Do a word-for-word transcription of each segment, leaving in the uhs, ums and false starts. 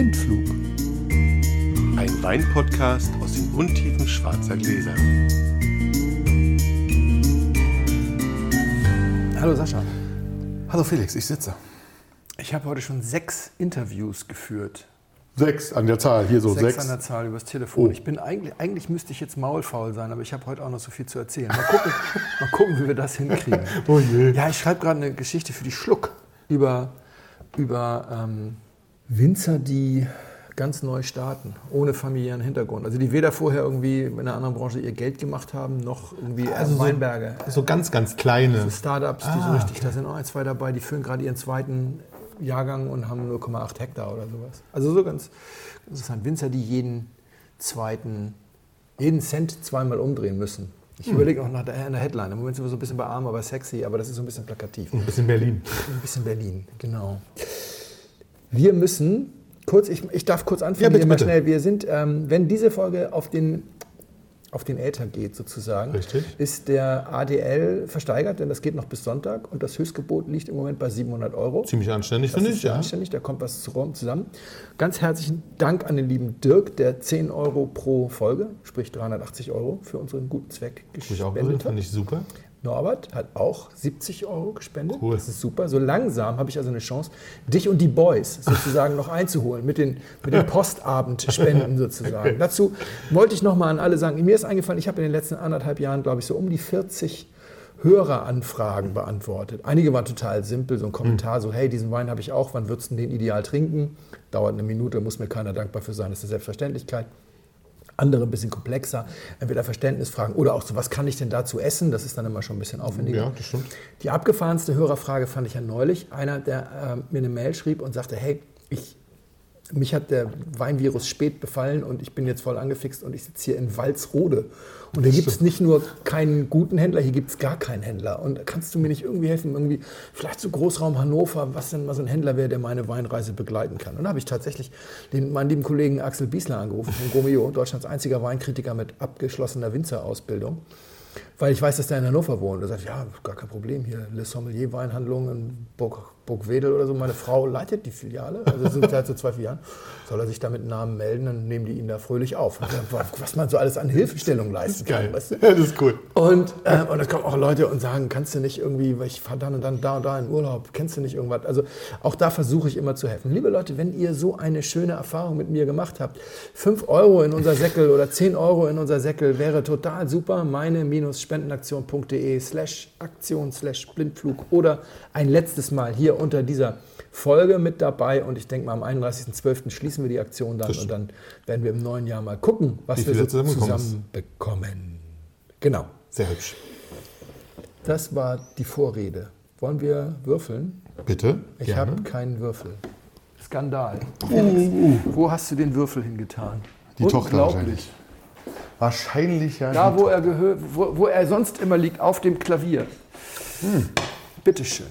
Blindflug. Ein Weinpodcast aus den Untiefen schwarzer Gläser. Hallo Sascha. Hallo Felix, ich sitze. Ich habe heute schon sechs Interviews geführt. Sechs an der Zahl, hier so sechs. Sechs an der Zahl übers Telefon. Oh. Ich bin eigentlich, eigentlich müsste ich jetzt maulfaul sein, aber ich habe heute auch noch so viel zu erzählen. Mal gucken, mal gucken wie wir das hinkriegen. Oh je. Ja, ich schreibe gerade eine Geschichte für die Schluck über, über ähm, Winzer, die ganz neu starten, ohne familiären Hintergrund. Also die weder vorher irgendwie in einer anderen Branche ihr Geld gemacht haben, noch irgendwie also Weinberge. So, so ganz, ganz kleine. So Startups, die ah, so richtig, okay. Da sind auch ein, zwei dabei, die füllen gerade ihren zweiten Jahrgang und haben null Komma acht Hektar oder sowas. Also so ganz interessant. Winzer, die jeden zweiten, jeden Cent zweimal umdrehen müssen. Ich hm. überlege auch nach einer Headline. Im Moment sind wir so ein bisschen bei arm, aber sexy, aber das ist so ein bisschen plakativ. Ein bisschen Berlin. Ein bisschen Berlin, genau. Wir müssen, kurz, ich, ich darf kurz anfangen, ja, bitte, hier mal bitte. schnell. Wir sind, ähm, wenn diese Folge auf den auf den Äther geht sozusagen, Richtig. Ist der A D L versteigert, denn das geht noch bis Sonntag und das Höchstgebot liegt im Moment bei siebenhundert Euro. Ziemlich anständig, das finde ist ich. Ja. anständig, da kommt was zusammen. Ganz herzlichen Dank an den lieben Dirk, der zehn Euro pro Folge, sprich dreihundertachtzig Euro für unseren guten Zweck gespendet hat. Finde ich super. Norbert hat auch siebzig Euro gespendet. Cool. Das ist super. So langsam habe ich also eine Chance, dich und die Boys sozusagen noch einzuholen mit den, mit den Postabendspenden sozusagen. Okay. Dazu wollte ich nochmal an alle sagen, mir ist eingefallen, ich habe in den letzten anderthalb Jahren, glaube ich, so um die vierzig Höreranfragen beantwortet. Einige waren total simpel, so ein Kommentar, mhm. so hey, diesen Wein habe ich auch, wann würdest du den ideal trinken? Dauert eine Minute, muss mir keiner dankbar für sein, das ist eine Selbstverständlichkeit. Andere ein bisschen komplexer, entweder Verständnisfragen oder auch so, was kann ich denn dazu essen? Das ist dann immer schon ein bisschen aufwendiger. Ja, das stimmt. Die abgefahrenste Hörerfrage fand ich ja neulich. Einer, der äh, mir eine Mail schrieb und sagte, hey, ich, mich hat der Weinvirus spät befallen und ich bin jetzt voll angefixt und ich sitze hier in Walsrode. Und hier gibt es nicht nur keinen guten Händler, hier gibt es gar keinen Händler. Und kannst du mir nicht irgendwie helfen, irgendwie vielleicht so Großraum Hannover, was denn mal so ein Händler wäre, der meine Weinreise begleiten kann? Und da habe ich tatsächlich den, meinen lieben Kollegen Axel Biesler angerufen von Gomio, Deutschlands einziger Weinkritiker mit abgeschlossener Winzerausbildung. Weil ich weiß, dass der in Hannover wohnt. Er sagt, ja, gar kein Problem, hier Le Sommelier Weinhandlung in Burg, Burgwedel oder so. Meine Frau leitet die Filiale, also es sind halt so zwei Filialen. Soll er sich da mit Namen melden, dann nehmen die ihn da fröhlich auf. Was man so alles an Hilfestellung leisten kann. Geil. Weißt du? Ja, das ist cool. Und, äh, und dann kommen auch Leute und sagen, kannst du nicht irgendwie, weil ich fahre dann und dann da und da in Urlaub, kennst du nicht irgendwas? Also auch da versuche ich immer zu helfen. Liebe Leute, wenn ihr so eine schöne Erfahrung mit mir gemacht habt, fünf Euro in unser Säckel oder zehn Euro in unser Säckel wäre total super. Meine-spendenaktion.de slash Aktion slash Blindflug oder ein letztes Mal hier unter dieser Folge mit dabei. Und ich denke mal, am einunddreißigsten zwölften schließen wir die Aktion dann und dann werden wir im neuen Jahr mal gucken, was wir so zusammen bekommen. Genau. Sehr hübsch. Das war die Vorrede. Wollen wir würfeln? Bitte? Ich habe keinen Würfel. Skandal. Uh, uh. Wo hast du den Würfel hingetan? Die Tochter wahrscheinlich. Wahrscheinlich ja. Da, wo er, gehör, wo, wo er sonst immer liegt, auf dem Klavier. Hm. Bitteschön.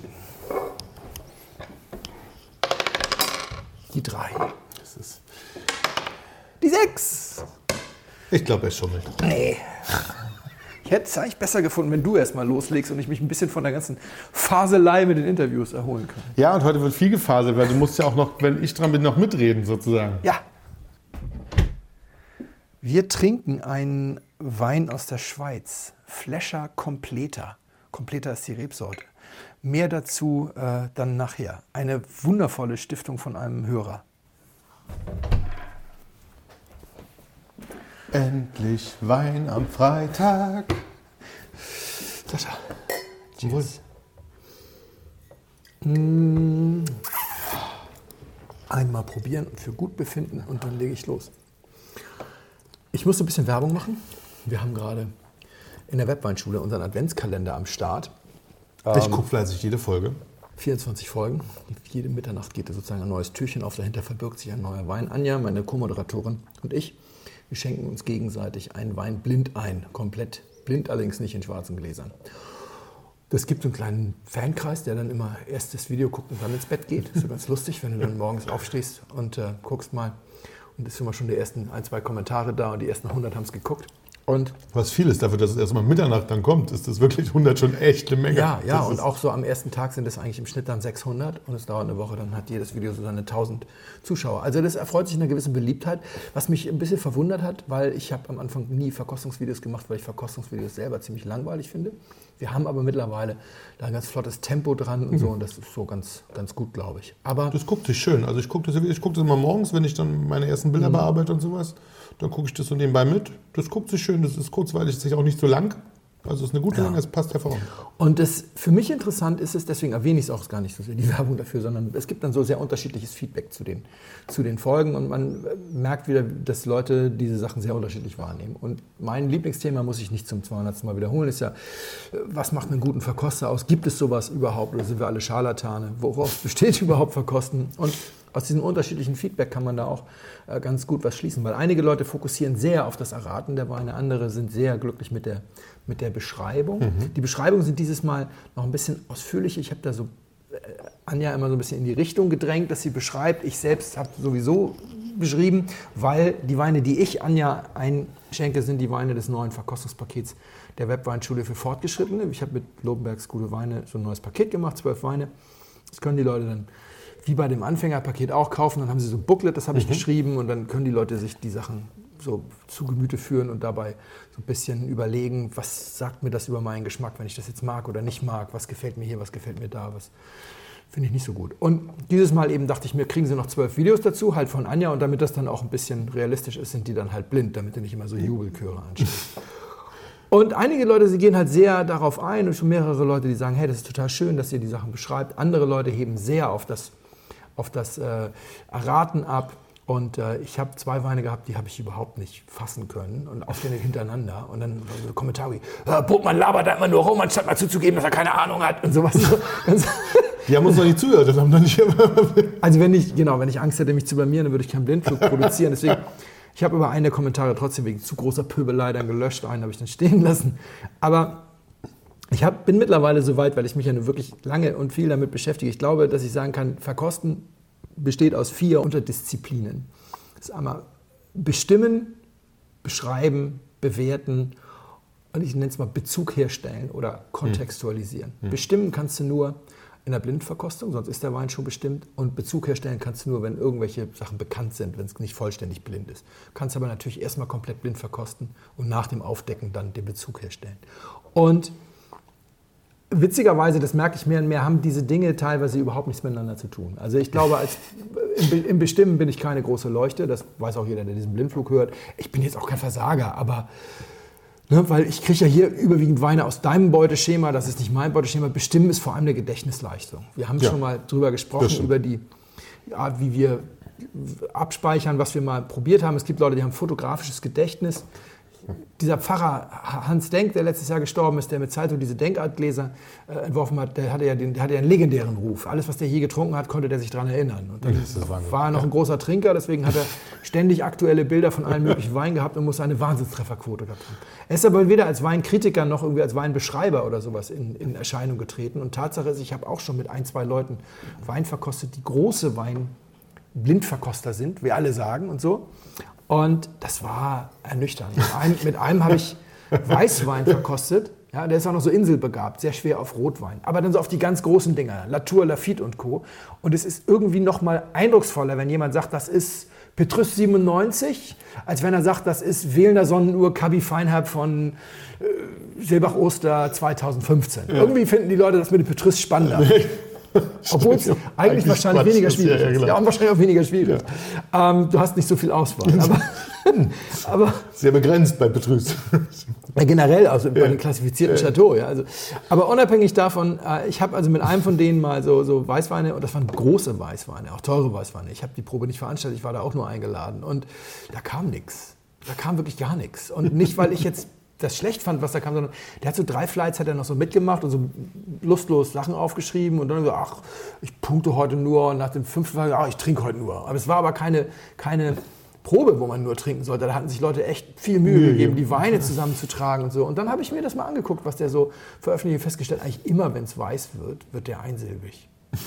Die drei. Das ist die sechs. Ich glaube, er ist schummelt. Nee. Ich hätte es eigentlich besser gefunden, wenn du erst mal loslegst und ich mich ein bisschen von der ganzen Faselei mit den Interviews erholen kann. Ja, und heute wird viel gefaselt, weil du musst ja auch noch, wenn ich dran bin, noch mitreden sozusagen. Ja. Wir trinken einen Wein aus der Schweiz. Flescher Completa. Completa ist die Rebsorte. Mehr dazu äh, dann nachher. Eine wundervolle Stiftung von einem Hörer. Endlich Wein am Freitag. Sascha. Cheers. Mmh. Einmal probieren für Gutbefinden und dann lege ich los. Ich muss ein bisschen Werbung machen. Wir haben gerade in der Webweinschule unseren Adventskalender am Start. Ich gucke fleißig jede Folge. vierundzwanzig Folgen. Jede Mitternacht geht da sozusagen ein neues Türchen auf. Dahinter verbirgt sich ein neuer Wein. Anja, meine Co-Moderatorin und ich, wir schenken uns gegenseitig einen Wein blind ein. Komplett blind, allerdings nicht in schwarzen Gläsern. Das gibt so einen kleinen Fankreis, der dann immer erst das Video guckt und dann ins Bett geht. Das ist ja ganz lustig, wenn du dann morgens aufstehst und äh, guckst mal. Und es sind immer schon die ersten ein, zwei Kommentare da und die ersten hundert haben es geguckt. Und was viel ist dafür, dass es erst mal Mitternacht dann kommt, ist das wirklich hundert schon echt eine Menge. Ja, ja, das und auch so am ersten Tag sind es eigentlich im Schnitt dann sechshundert und es dauert eine Woche, dann hat jedes Video so seine tausend Zuschauer. Also das erfreut sich einer gewissen Beliebtheit, was mich ein bisschen verwundert hat, weil ich habe am Anfang nie Verkostungsvideos gemacht, weil ich Verkostungsvideos selber ziemlich langweilig finde. Wir haben aber mittlerweile da ein ganz flottes Tempo dran und so und das ist so ganz, ganz gut, glaube ich. Aber das guckt sich schön. Also ich gucke das, ich guck das immer morgens, wenn ich dann meine ersten Bilder Mhm. bearbeite und sowas. Dann gucke ich das so nebenbei mit. Das guckt sich schön, das ist kurzweilig, ist auch nicht so lang. Also es ist eine gute Ja. Länge, es passt hervorragend. Und das für mich interessant ist es, deswegen erwähne ich es auch gar nicht so sehr, die Werbung dafür, sondern es gibt dann so sehr unterschiedliches Feedback zu den, zu den Folgen und man merkt wieder, dass Leute diese Sachen sehr unterschiedlich wahrnehmen. Und mein Lieblingsthema, muss ich nicht zum zweihundertsten Mal wiederholen, ist ja, was macht einen guten Verkoster aus? Gibt es sowas überhaupt oder sind wir alle Scharlatane? Woraus besteht überhaupt Verkosten? Und aus diesem unterschiedlichen Feedback kann man da auch äh, ganz gut was schließen, weil einige Leute fokussieren sehr auf das Erraten der Weine, andere sind sehr glücklich mit der, mit der Beschreibung. Mhm. Die Beschreibungen sind dieses Mal noch ein bisschen ausführlicher. Ich habe da so äh, Anja immer so ein bisschen in die Richtung gedrängt, dass sie beschreibt. Ich selbst habe sowieso beschrieben, weil die Weine, die ich Anja einschenke, sind die Weine des neuen Verkostungspakets der Webweinschule für Fortgeschrittene. Ich habe mit Lobenbergs Gute Weine so ein neues Paket gemacht, zwölf Weine. Das können die Leute dann wie bei dem Anfängerpaket auch kaufen. Dann haben sie so ein Booklet, das habe ich mhm. geschrieben und dann können die Leute sich die Sachen so zu Gemüte führen und dabei so ein bisschen überlegen, was sagt mir das über meinen Geschmack, wenn ich das jetzt mag oder nicht mag, was gefällt mir hier, was gefällt mir da, was finde ich nicht so gut. Und dieses Mal eben dachte ich mir, kriegen sie noch zwölf Videos dazu, halt von Anja, und damit das dann auch ein bisschen realistisch ist, sind die dann halt blind, damit du nicht immer so Jubelchöre anstellst. Und einige Leute, sie gehen halt sehr darauf ein und schon mehrere Leute, die sagen, hey, das ist total schön, dass ihr die Sachen beschreibt. Andere Leute heben sehr auf das, auf das äh, Erraten ab. Und äh, ich habe zwei Weine gehabt, die habe ich überhaupt nicht fassen können und ausgerechnet hintereinander. Und dann so ein Kommentar wie, Bobmann labert da immer nur rum, anstatt mal zuzugeben, dass er keine Ahnung hat und sowas. Die haben uns noch nicht zugehört, das haben doch nicht Also wenn ich, genau, wenn ich Angst hätte, mich zu blamieren, dann würde ich keinen Blindflug produzieren. Deswegen, ich habe über einen der Kommentare trotzdem wegen zu großer Pöbelei dann gelöscht, einen habe ich dann stehen lassen. Aber ich hab, bin mittlerweile so weit, weil ich mich ja nun wirklich lange und viel damit beschäftige. Ich glaube, dass ich sagen kann, Verkosten besteht aus vier Unterdisziplinen. Das ist einmal bestimmen, beschreiben, bewerten und ich nenne es mal Bezug herstellen oder kontextualisieren. Hm. Bestimmen kannst du nur in der Blindverkostung, sonst ist der Wein schon bestimmt. Und Bezug herstellen kannst du nur, wenn irgendwelche Sachen bekannt sind, wenn es nicht vollständig blind ist. Du kannst aber natürlich erstmal komplett blind verkosten und nach dem Aufdecken dann den Bezug herstellen. Und witzigerweise, das merke ich mehr und mehr, haben diese Dinge teilweise überhaupt nichts miteinander zu tun. Also ich glaube, als, im, im Bestimmen bin ich keine große Leuchte. Das weiß auch jeder, der diesen Blindflug hört. Ich bin jetzt auch kein Versager, aber ne, weil ich kriege ja hier überwiegend Weine aus deinem Beuteschema, das ist nicht mein Beuteschema. Bestimmen ist vor allem eine Gedächtnisleistung. Wir haben ja schon mal drüber gesprochen, über die Art, wie wir abspeichern, was wir mal probiert haben. Es gibt Leute, die haben fotografisches Gedächtnis. Dieser Pfarrer Hans Denk, der letztes Jahr gestorben ist, der mit Salto diese Denkartgläser äh, entworfen hat, der hatte, ja den, der hatte ja einen legendären Ruf. Alles, was der je getrunken hat, konnte der sich daran erinnern. Und dann war er noch ein großer Trinker, deswegen hat er ständig aktuelle Bilder von allen möglichen Weinen gehabt und muss eine Wahnsinnstrefferquote gehabt haben. Er ist aber weder als Weinkritiker noch irgendwie als Weinbeschreiber oder sowas in, in Erscheinung getreten. Und Tatsache ist, ich habe auch schon mit ein, zwei Leuten Wein verkostet, die große Weinblindverkoster sind, wie alle sagen und so. Und das war ernüchternd. Mit einem, mit einem habe ich Weißwein verkostet. Ja, der ist auch noch so inselbegabt, sehr schwer auf Rotwein. Aber dann so auf die ganz großen Dinger, Latour, Lafite und Co. Und es ist irgendwie noch mal eindrucksvoller, wenn jemand sagt, das ist Petrus siebenundneunzig, als wenn er sagt, das ist Wählender Sonnenuhr Kabi Feinherb von äh, Seelbach-Oster zweitausendfünfzehn. Ja. Irgendwie finden die Leute das mit dem Petrus spannender. Obwohl es eigentlich, eigentlich wahrscheinlich weniger ist, schwierig ja, ist. Ja, ja, und wahrscheinlich auch weniger schwierig. Ja. Ähm, du hast nicht so viel Auswahl. Aber, aber sehr begrenzt bei Petrus. Ja, generell, also bei ja. den klassifizierten ja. Chateaux. Ja, also, aber unabhängig davon, äh, ich habe also mit einem von denen mal so, so Weißweine, und das waren große Weißweine, auch teure Weißweine. Ich habe die Probe nicht veranstaltet, ich war da auch nur eingeladen. Und da kam nichts. Da kam wirklich gar nichts. Und nicht, weil ich jetzt das schlecht fand, was da kam, sondern der hat so drei Flights hat er noch so mitgemacht und so lustlos Sachen aufgeschrieben und dann so, ach, ich punkte heute nur und nach dem fünften Tag, ach, ich trinke heute nur. Aber es war aber keine, keine Probe, wo man nur trinken sollte. Da hatten sich Leute echt viel Mühe nee, gegeben, die Weine zusammenzutragen und so. Und dann habe ich mir das mal angeguckt, was der so veröffentlicht und festgestellt, eigentlich immer, wenn es weiß wird, wird der einsilbig.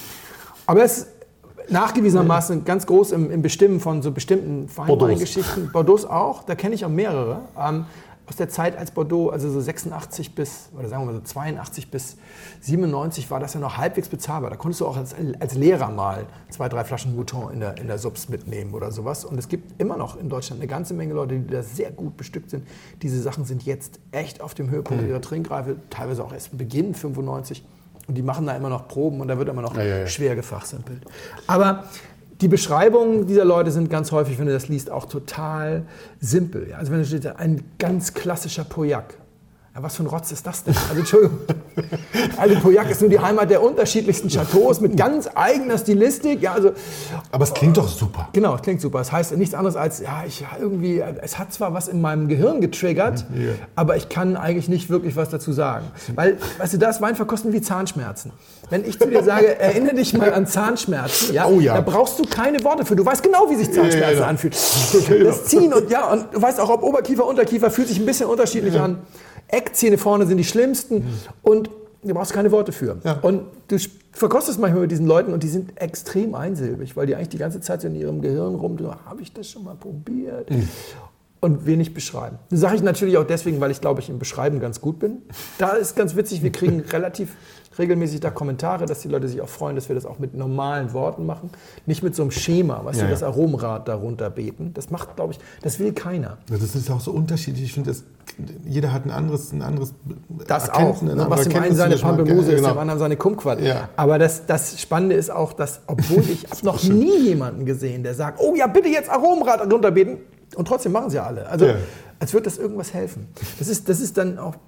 Aber es ist nachgewiesenermaßen ganz groß im, im Bestimmen von so bestimmten Feinweingeschichten. Bordeaux auch, da kenne ich auch mehrere. Ähm, aus der Zeit als Bordeaux, also so sechsundachtzig bis, oder sagen wir mal so zweiundachtzig bis siebenundneunzig war das ja noch halbwegs bezahlbar. Da konntest du auch als, als Lehrer mal zwei, drei Flaschen Mouton in der, in der Subs mitnehmen oder sowas. Und es gibt immer noch in Deutschland eine ganze Menge Leute, die da sehr gut bestückt sind. Diese Sachen sind jetzt echt auf dem Höhepunkt mhm. ihrer Trinkreife, teilweise auch erst Beginn fünfundneunzig. Und die machen da immer noch Proben und da wird immer noch ja, ja, ja. schwer gefachsimpelt. Aber die Beschreibungen dieser Leute sind ganz häufig, wenn du das liest, auch total simpel. Ja, also wenn da steht, ein ganz klassischer Pauillac. Ja, was für ein Rotz ist das denn? Also Entschuldigung. Also Pauillac ist nur die Heimat der unterschiedlichsten Chateaus mit ganz eigener Stilistik. Ja, also, aber es klingt doch super. Genau, es klingt super. Es heißt nichts anderes als, ja, ich irgendwie, es hat zwar was in meinem Gehirn getriggert, yeah. aber ich kann eigentlich nicht wirklich was dazu sagen. Weil, weißt du, das Weinverkosten wie Zahnschmerzen. Wenn ich zu dir sage, erinnere dich mal an Zahnschmerzen, ja, oh, ja. da brauchst du keine Worte für. Du weißt genau, wie sich Zahnschmerzen ja, ja, ja. anfühlen. Das Ziehen und ja, und du weißt auch, ob Oberkiefer, Unterkiefer fühlt sich ein bisschen unterschiedlich ja. an. Eckzähne vorne sind die schlimmsten mhm. und du brauchst keine Worte für. Ja. Und du verkostest manchmal mit diesen Leuten und die sind extrem einsilbig, weil die eigentlich die ganze Zeit so in ihrem Gehirn rumdrehen, habe ich das schon mal probiert? Mhm. Und wenig beschreiben. Das sage ich natürlich auch deswegen, weil ich glaube, ich im Beschreiben ganz gut bin. Da ist ganz witzig, wir kriegen relativ regelmäßig da Kommentare, dass die Leute sich auch freuen, dass wir das auch mit normalen Worten machen. Nicht mit so einem Schema, weißt ja, du, das Aromenrad darunter beten. Das macht, glaube ich, das will keiner. Ja, das ist auch so unterschiedlich. Ich finde, das, jeder hat ein anderes, ein anderes Das auch. Ne? Was dem einen seine Pampelmuse ist, genau. dem anderen seine Kumquat. Ja. Aber das, das Spannende ist auch, dass, obwohl ich habe noch schön. nie jemanden gesehen, der sagt, oh ja, bitte jetzt Aromenrad runterbeten. Und trotzdem machen sie ja alle. Also, ja. als würde das irgendwas helfen. Das ist, das ist dann auch...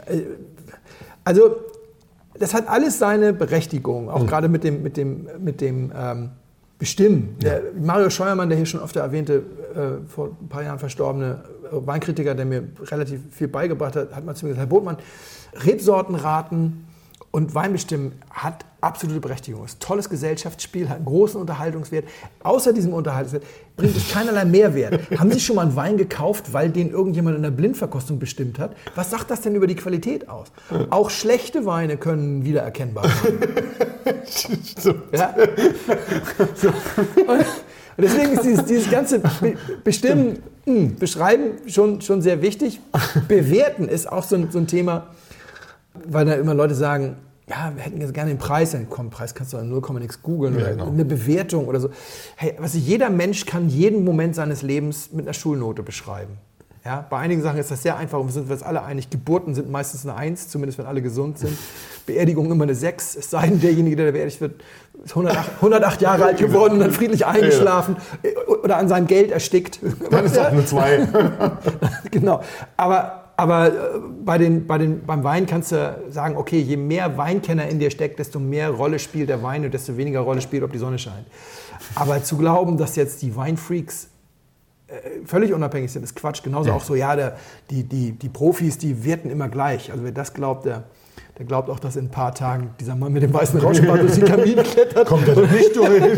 Also, das hat alles seine Berechtigung, auch mhm. gerade mit dem, mit dem, mit dem ähm, Bestimmen. Ja. Der Mario Scheuermann, der hier schon öfter erwähnte, äh, vor ein paar Jahren verstorbene Weinkritiker, der mir relativ viel beigebracht hat, hat mal zu mir gesagt, Herr Botmann, Rebsorten raten und Weinbestimmen hat absolute Berechtigung. Es ist ein tolles Gesellschaftsspiel, hat einen großen Unterhaltungswert. Außer diesem Unterhaltungswert bringt es keinerlei Mehrwert. Haben Sie schon mal einen Wein gekauft, weil den irgendjemand in der Blindverkostung bestimmt hat? Was sagt das denn über die Qualität aus? Auch schlechte Weine können wiedererkennbar sein. Ja? So. Und deswegen ist dieses, dieses ganze Be- Bestimmen, mh, Beschreiben schon, schon sehr wichtig. Bewerten ist auch so ein, so ein Thema, weil da immer Leute sagen, ja, wir hätten jetzt gerne den Preis. Ja, komm, Preis kannst du in null Komma nix googeln ja, oder genau. eine Bewertung oder so. Hey, was jeder Mensch kann jeden Moment seines Lebens mit einer Schulnote beschreiben. Ja, bei einigen Sachen ist das sehr einfach und wir sind uns alle einig. Geburten sind meistens eine Eins, zumindest wenn alle gesund sind. Beerdigungen immer eine Sechs, es sei denn, derjenige, der beerdigt wird, ist hundertacht, hundertacht Jahre alt geworden und dann friedlich eingeschlafen oder an seinem Geld erstickt. Dann ist auch eine Zwei. Genau, aber... Aber bei den, bei den, beim Wein kannst du sagen, okay, je mehr Weinkenner in dir steckt, desto mehr Rolle spielt der Wein und desto weniger Rolle spielt, ob die Sonne scheint. Aber zu glauben, dass jetzt die Weinfreaks äh, völlig unabhängig sind, ist Quatsch. Genauso ja. auch so, ja, der, die, die, die Profis, die werten immer gleich. Also wer das glaubt, der, der glaubt auch, dass in ein paar Tagen dieser Mann mit dem weißen Rauschbart durch die Kabine klettert. Kommt er doch nicht durch.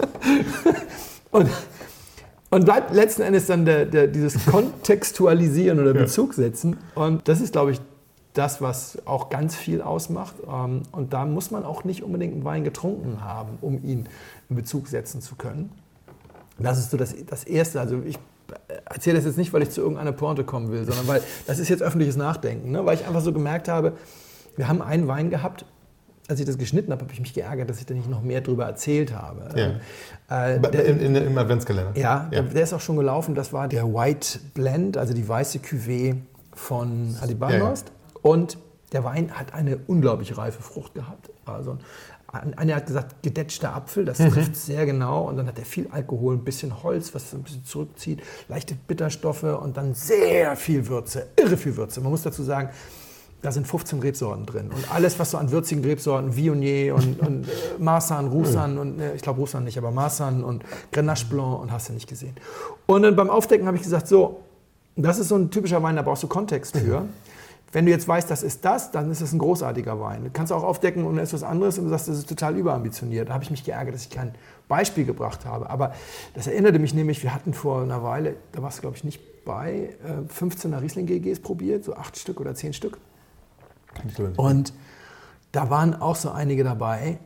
und Und bleibt letzten Endes dann der, der, dieses Kontextualisieren oder Bezug setzen. Und das ist, glaube ich, das, was auch ganz viel ausmacht. Und da muss man auch nicht unbedingt einen Wein getrunken haben, um ihn in Bezug setzen zu können. Das ist so das, das Erste. Also ich erzähle das jetzt nicht, weil ich zu irgendeiner Pointe kommen will, sondern weil das ist jetzt öffentliches Nachdenken. Ne? Weil ich einfach so gemerkt habe, wir haben einen Wein gehabt, als ich das geschnitten habe, habe ich mich geärgert, dass ich da nicht noch mehr drüber erzählt habe. Ja. Äh, der, in, in, Im Adventskalender? Ja, ja. Der, der ist auch schon gelaufen. Das war der White Blend, also die weiße Cuvée von Halibarnost. Ja, ja. Und der Wein hat eine unglaublich reife Frucht gehabt. Also einer hat gesagt, gedetschter Apfel, das mhm. trifft sehr genau. Und dann hat er viel Alkohol, ein bisschen Holz, was ein bisschen zurückzieht, leichte Bitterstoffe und dann sehr viel Würze, irre viel Würze. Man muss dazu sagen, da sind fünfzehn Rebsorten drin. Und alles, was so an würzigen Rebsorten, Viognier und, und äh, Marsanne, Roussanne und, äh, ich glaube Roussanne nicht, aber Marsanne und Grenache Blanc und hast du nicht gesehen. Und dann beim Aufdecken habe ich gesagt, so, das ist so ein typischer Wein, da brauchst du Kontext für. Wenn du jetzt weißt, das ist das, dann ist das ein großartiger Wein. Du kannst auch aufdecken und dann ist was anderes und du sagst, das ist total überambitioniert. Da habe ich mich geärgert, dass ich kein Beispiel gebracht habe. Aber das erinnerte mich nämlich, wir hatten vor einer Weile, da warst du glaube ich nicht bei, äh, fünfzehner Riesling-G Gs probiert, so acht Stück oder zehn Stück. Und da waren auch so einige dabei,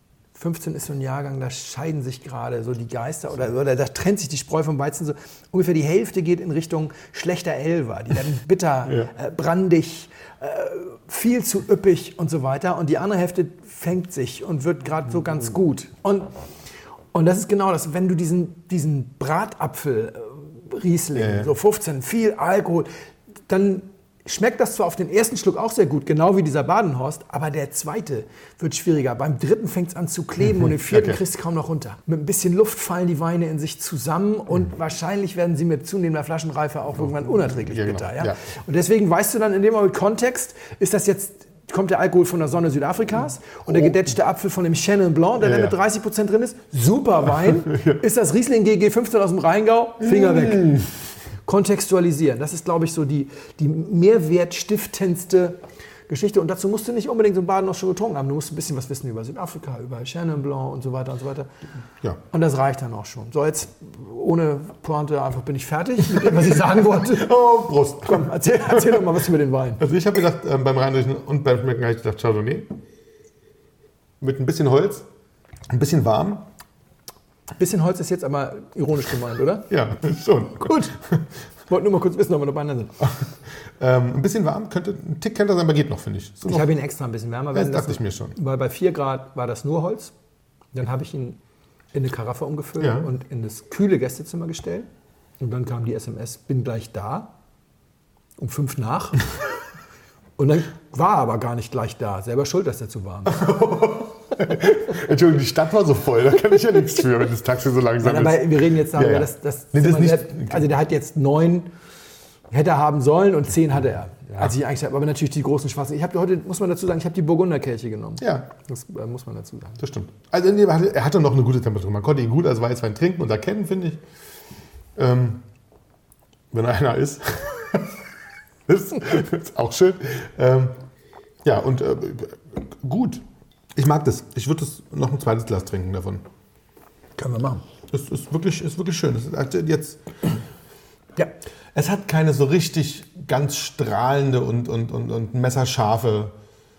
fünfzehn ist so ein Jahrgang, da scheiden sich gerade so die Geister oder, oder da trennt sich die Spreu vom Weizen. So. Ungefähr die Hälfte geht in Richtung schlechter Elfer. Die werden bitter, ja. äh, brandig, äh, viel zu üppig und so weiter. Und die andere Hälfte fängt sich und wird gerade so ganz gut. Und, und das ist genau das, wenn du diesen, diesen Bratapfel äh, Riesling, ja, ja. so fünfzehn, viel Alkohol, dann schmeckt das zwar auf den ersten Schluck auch sehr gut, genau wie dieser Badenhorst, aber der zweite wird schwieriger. Beim dritten fängt es an zu kleben mhm. und den vierten okay. kriegst du kaum noch runter. Mit ein bisschen Luft fallen die Weine in sich zusammen und mhm. wahrscheinlich werden sie mit zunehmender Flaschenreife auch irgendwann unerträglich ja, bitter. Genau. Ja? Ja. Und deswegen weißt du dann in dem Moment Kontext, ist das jetzt, kommt der Alkohol von der Sonne Südafrikas und oh. der gedetschte Apfel von dem Chenin Blanc, der ja, dann mit dreißig Prozent drin ist, super Wein. ja. Ist das Riesling G G fünfzehn aus dem Rheingau, Finger mhm. weg. Kontextualisieren. Das ist, glaube ich, so die, die mehrwertstiftendste Geschichte. Und dazu musst du nicht unbedingt so einen Baden noch schon getrunken haben. Du musst ein bisschen was wissen über Südafrika, über Chenin Blanc und so weiter und so weiter. Ja. Und das reicht dann auch schon. So, jetzt ohne Pointe einfach bin ich fertig mit dem, was ich sagen wollte. Oh, Prost. Komm, erzähl, erzähl doch mal was über den Wein. Also ich habe gedacht, äh, beim Reinrichten und beim Schmecken habe ich gedacht, Chardonnay. Mit ein bisschen Holz, ein bisschen warm. Ein bisschen Holz ist jetzt aber ironisch gemeint, oder? Ja, schon. Gut. Ich wollte nur mal kurz wissen, ob wir noch beieinander sind. ähm, ein bisschen warm, könnte ein Tick kälter sein, aber geht noch, finde ich. So ich habe ihn extra ein bisschen wärmer werden lassen. Das dachte lassen, ich mir schon. Weil bei vier Grad war das nur Holz. Dann habe ich ihn in eine Karaffe umgefüllt ja. und in das kühle Gästezimmer gestellt. Und dann kam die S M S, bin gleich da, um fünf nach. Und dann war er aber gar nicht gleich da. Selber schuld, dass er zu warm ist. Entschuldigung, die Stadt war so voll, da kann ich ja nichts für, wenn das Taxi so langsam Nein, ist. Aber wir reden jetzt darüber, ja, ja. dass das, nee, das nicht, also der hat jetzt neun, hätte er haben sollen und zehn hatte er. Ja. Als ich eigentlich, aber natürlich die großen Schwarzen. Ich habe heute, muss man dazu sagen, ich habe die Burgunderkelche genommen. Ja. Das äh, muss man dazu sagen. Das stimmt. Also er hatte noch eine gute Temperatur. Man konnte ihn gut als Weißwein trinken und erkennen, finde ich. Ähm, wenn einer ist. das ist auch schön. Ähm, ja, und äh, gut. Ich mag das. Ich würde noch ein zweites Glas trinken davon. Können wir machen. Es ist wirklich, ist wirklich schön. Es hat jetzt, ja. es hat keine so richtig ganz strahlende und, und, und, und messerscharfe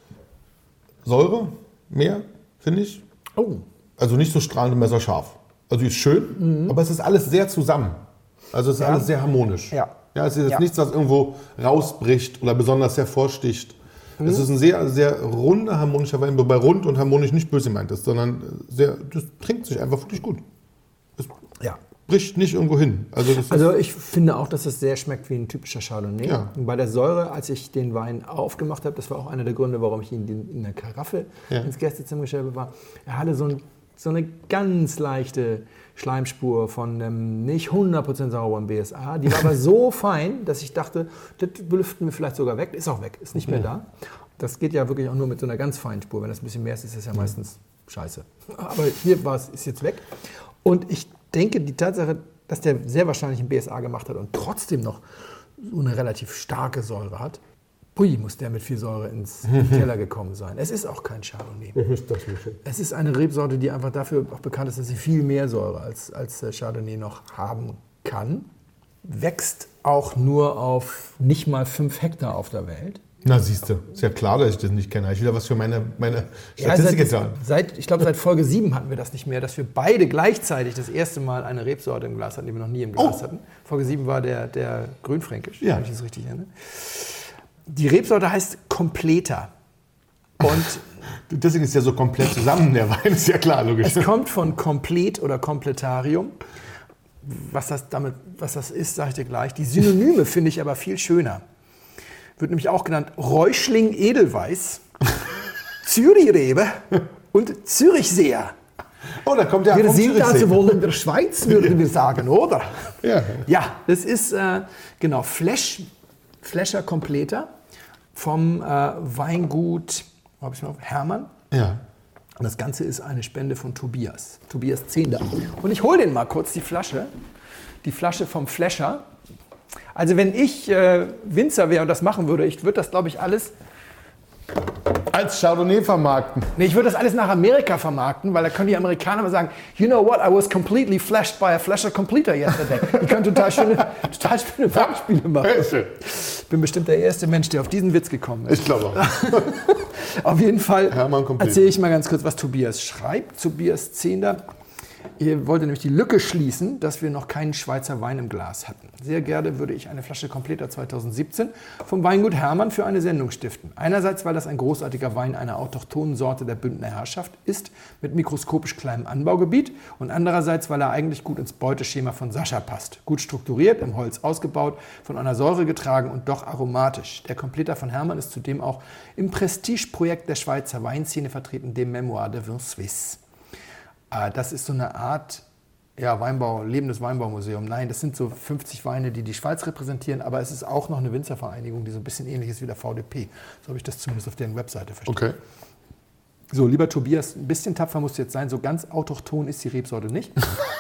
Säure mehr, finde ich. Oh. Also nicht so strahlend und messerscharf. Also ist schön, mhm. aber es ist alles sehr zusammen. Also es ist ja. alles sehr harmonisch. Ja. Ja, es ist jetzt ja. nichts, was irgendwo rausbricht oder besonders hervorsticht. Mhm. Es ist ein sehr, sehr runder, harmonischer Wein, wobei rund und harmonisch nicht böse gemeint ist, sondern sehr, das trinkt sich einfach wirklich gut. Es ja. bricht nicht irgendwo hin. Also, das also ich finde auch, dass es sehr schmeckt wie ein typischer Chardonnay. Ja. Und bei der Säure, als ich den Wein aufgemacht habe, das war auch einer der Gründe, warum ich ihn in der Karaffe ja. ins Gästezimmer gestellt habe, war, er hatte so, ein, so eine ganz leichte Schleimspur von einem nicht hundert Prozent sauren B S A. Die war aber so fein, dass ich dachte, das belüften wir vielleicht sogar weg. Ist auch weg, ist nicht mehr da. Das geht ja wirklich auch nur mit so einer ganz feinen Spur. Wenn das ein bisschen mehr ist, ist das ja meistens scheiße. Aber hier war es, ist jetzt weg. Und ich denke, die Tatsache, dass der sehr wahrscheinlich ein B S A gemacht hat und trotzdem noch so eine relativ starke Säure hat, pui, muss der mit viel Säure ins Keller gekommen sein. Es ist auch kein Chardonnay. Es ist eine Rebsorte, die einfach dafür auch bekannt ist, dass sie viel mehr Säure als, als Chardonnay noch haben kann. Wächst auch nur auf nicht mal fünf Hektar auf der Welt. Na, siehst du, ist ja klar, dass ich das nicht kenne. Habe ich wieder was für meine, meine Statistik ja, getan. Seit, seit, ich glaube, seit Folge sieben hatten wir das nicht mehr, dass wir beide gleichzeitig das erste Mal eine Rebsorte im Glas hatten, die wir noch nie im Glas oh. hatten. Folge sieben war der, der Grünfränkisch, ja. wenn ich das richtig erinnere. Die Rebsorte heißt Completa. Und deswegen ist ja so komplett zusammen, der Wein, ist ja klar, logisch. Es kommt von Komplet oder Kompletarium. Was das, damit, was das ist, sage ich dir gleich. Die Synonyme finde ich aber viel schöner. Wird nämlich auch genannt Reuschling Edelweiß, Zürichrebe und Zürichseer. Oh, da kommt ja Wir sind also wohl in der Schweiz, würden wir sagen, oder? Ja, ja das ist äh, genau Flash, Flasher Completa vom äh, Weingut wo hab ich noch, Hermann. Ja. Und das Ganze ist eine Spende von Tobias, Tobias Zehnder. Und ich hole den mal kurz, die Flasche, die Flasche vom Flasher. Also wenn ich äh, Winzer wäre und das machen würde, ich würde das, glaube ich, alles als Chardonnay vermarkten. Nee, ich würde das alles nach Amerika vermarkten, weil da können die Amerikaner mal sagen, you know what, I was completely flashed by a flasher completer yesterday. Die können total schöne, total schöne Beispiele machen. Ich bin bestimmt der erste Mensch, der auf diesen Witz gekommen ist. Ich glaube auch. Auf jeden Fall Hermann komplett. erzähle ich mal ganz kurz, was Tobias schreibt. Tobias Zehnder. Ihr wollte nämlich die Lücke schließen, dass wir noch keinen Schweizer Wein im Glas hatten. Sehr gerne würde ich eine Flasche Completa zweitausendsiebzehn vom Weingut Hermann für eine Sendung stiften. Einerseits, weil das ein großartiger Wein einer autochthonen Sorte der Bündner Herrschaft ist, mit mikroskopisch kleinem Anbaugebiet. Und andererseits, weil er eigentlich gut ins Beuteschema von Sascha passt. Gut strukturiert, im Holz ausgebaut, von einer Säure getragen und doch aromatisch. Der Completa von Hermann ist zudem auch im Prestigeprojekt der Schweizer Weinszene vertreten, dem Memoire de Vin Suisse. Das ist so eine Art ja, Weinbau, lebendes Weinbaumuseum. Nein, das sind so fünfzig Weine, die die Schweiz repräsentieren, aber es ist auch noch eine Winzervereinigung, die so ein bisschen ähnlich ist wie der V D P. So habe ich das zumindest auf deren Webseite verstanden. Okay. So, lieber Tobias, ein bisschen tapfer musst du jetzt sein. So ganz autochton ist die Rebsorte nicht.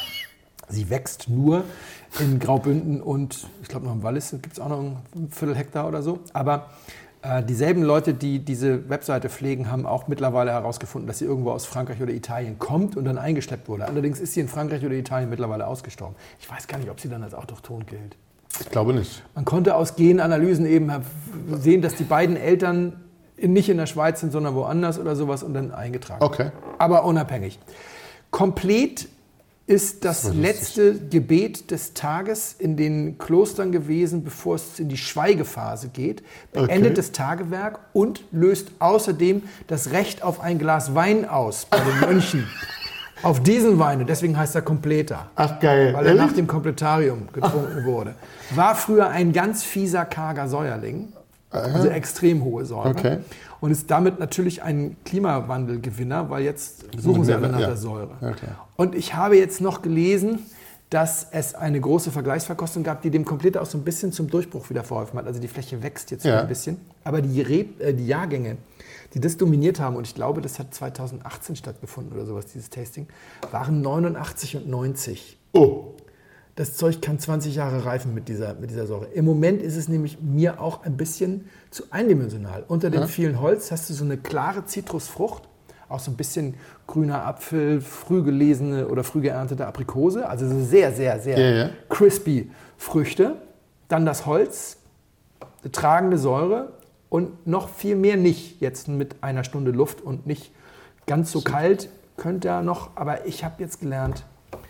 Sie wächst nur in Graubünden und ich glaube noch im Wallis gibt es auch noch ein Viertel Hektar oder so. Aber äh, dieselben Leute, die diese Webseite pflegen, haben auch mittlerweile herausgefunden, dass sie irgendwo aus Frankreich oder Italien kommt und dann eingeschleppt wurde. Allerdings ist sie in Frankreich oder Italien mittlerweile ausgestorben. Ich weiß gar nicht, ob sie dann als autochton gilt. Ich glaube nicht. Man konnte aus Genanalysen eben sehen, dass die beiden Eltern nicht in der Schweiz sind, sondern woanders oder sowas und dann eingetragen. Okay. Aber unabhängig. Komplett ist das, das letzte Gebet des Tages in den Klostern gewesen, bevor es in die Schweigephase geht, beendet okay. das Tagewerk und löst außerdem das Recht auf ein Glas Wein aus bei den Mönchen. Auf diesen Wein, und deswegen heißt er Completa. Ach geil. Weil er nach dem Kompletarium getrunken Ach. wurde. War früher ein ganz fieser, karger Säuerling. Also extrem hohe Säure. Okay. Und ist damit natürlich ein Klimawandelgewinner, weil jetzt suchen sie alle nach ja. der Säure. Okay. Und ich habe jetzt noch gelesen, dass es eine große Vergleichsverkostung gab, die dem Completa auch so ein bisschen zum Durchbruch wieder verholfen hat. Also die Fläche wächst jetzt ja. ein bisschen. Aber die, Reb, äh, die Jahrgänge, die das dominiert haben, und ich glaube, das hat zweitausendachtzehn stattgefunden oder sowas, dieses Tasting, waren neunundachtzig und neunzig. Oh. Das Zeug kann zwanzig Jahre reifen mit dieser, mit dieser Säure. Im Moment ist es nämlich mir auch ein bisschen zu eindimensional. Unter dem ja. vielen Holz hast du so eine klare Zitrusfrucht, auch so ein bisschen grüner Apfel, früh gelesene oder früh geerntete Aprikose, also so sehr, sehr, sehr ja, ja. crispy Früchte. Dann das Holz, eine tragende Säure und noch viel mehr nicht. Jetzt mit einer Stunde Luft und nicht ganz so kalt könnte er noch, aber ich habe jetzt gelernt,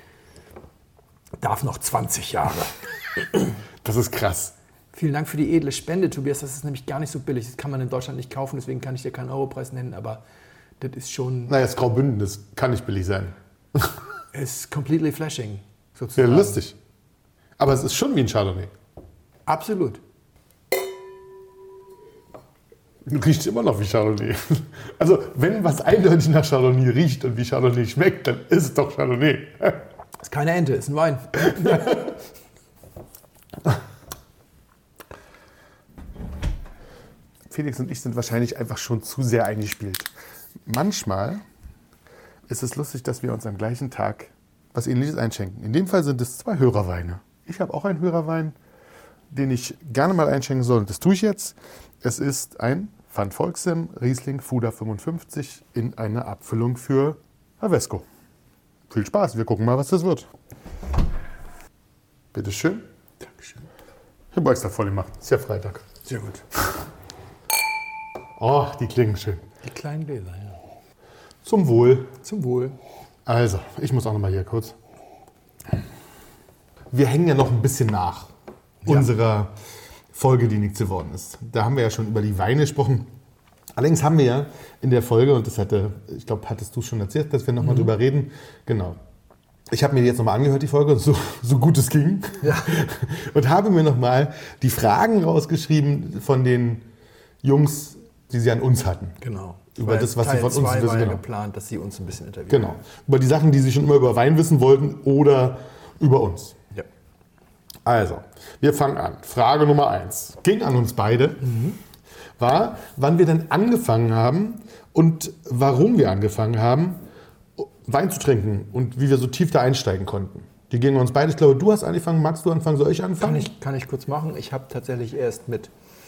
darf noch zwanzig Jahre. Das ist krass. Vielen Dank für die edle Spende, Tobias. Das ist nämlich gar nicht so billig. Das kann man in Deutschland nicht kaufen, deswegen kann ich dir keinen Europreis nennen, aber das ist schon... Naja, das Graubünden, das kann nicht billig sein. Ist completely flashing, sozusagen. Ja, lustig. Aber es ist schon wie ein Chardonnay. Absolut. Riecht immer noch wie Chardonnay. Also, wenn was eindeutig nach Chardonnay riecht und wie Chardonnay schmeckt, dann ist es doch Chardonnay. Ist keine Ente, ist ein Wein. Felix und ich sind wahrscheinlich einfach schon zu sehr eingespielt. Manchmal ist es lustig, dass wir uns am gleichen Tag was Ähnliches einschenken. In dem Fall sind es zwei Hörerweine. Ich habe auch einen Hörerwein, den ich gerne mal einschenken soll. Und das tue ich jetzt. Es ist ein Van Volksem Riesling Fuder fünfundfünfzig in einer Abfüllung für Havesco. Viel Spaß, wir gucken mal, was das wird. Bitte schön. Dankeschön. Ich habe extra voll gemacht. Ist ja Freitag. Sehr gut. Oh, die klingen schön. Die kleinen Gläser, ja. Zum Wohl. Zum Wohl. Also, ich muss auch noch mal hier kurz. Wir hängen ja noch ein bisschen nach ja. unserer Folge, die nichts geworden ist. Da haben wir ja schon über die Weine gesprochen. Allerdings haben wir ja in der Folge, und das hatte, ich glaube, hattest du schon erzählt, dass wir nochmal mhm. drüber reden. Genau. Ich habe mir jetzt nochmal angehört, die Folge, so, so gut es ging. Ja. Und habe mir nochmal die Fragen rausgeschrieben von den Jungs, die sie an uns hatten. Genau. Über das, was Teil sie von uns zwei wissen. war ja Genau. geplant, dass sie uns ein bisschen interviewen. Genau. Über die Sachen, die sie schon immer über Wein wissen wollten oder über uns. Ja. Also, wir fangen an. Frage Nummer eins. Ging an uns beide. Mhm. War, wann wir denn angefangen haben und warum wir angefangen haben, Wein zu trinken und wie wir so tief da einsteigen konnten. Die gingen uns beide. Ich glaube, du hast angefangen. Magst du anfangen? Soll ich anfangen? Kann ich, kann ich kurz machen. Ich habe tatsächlich erst mit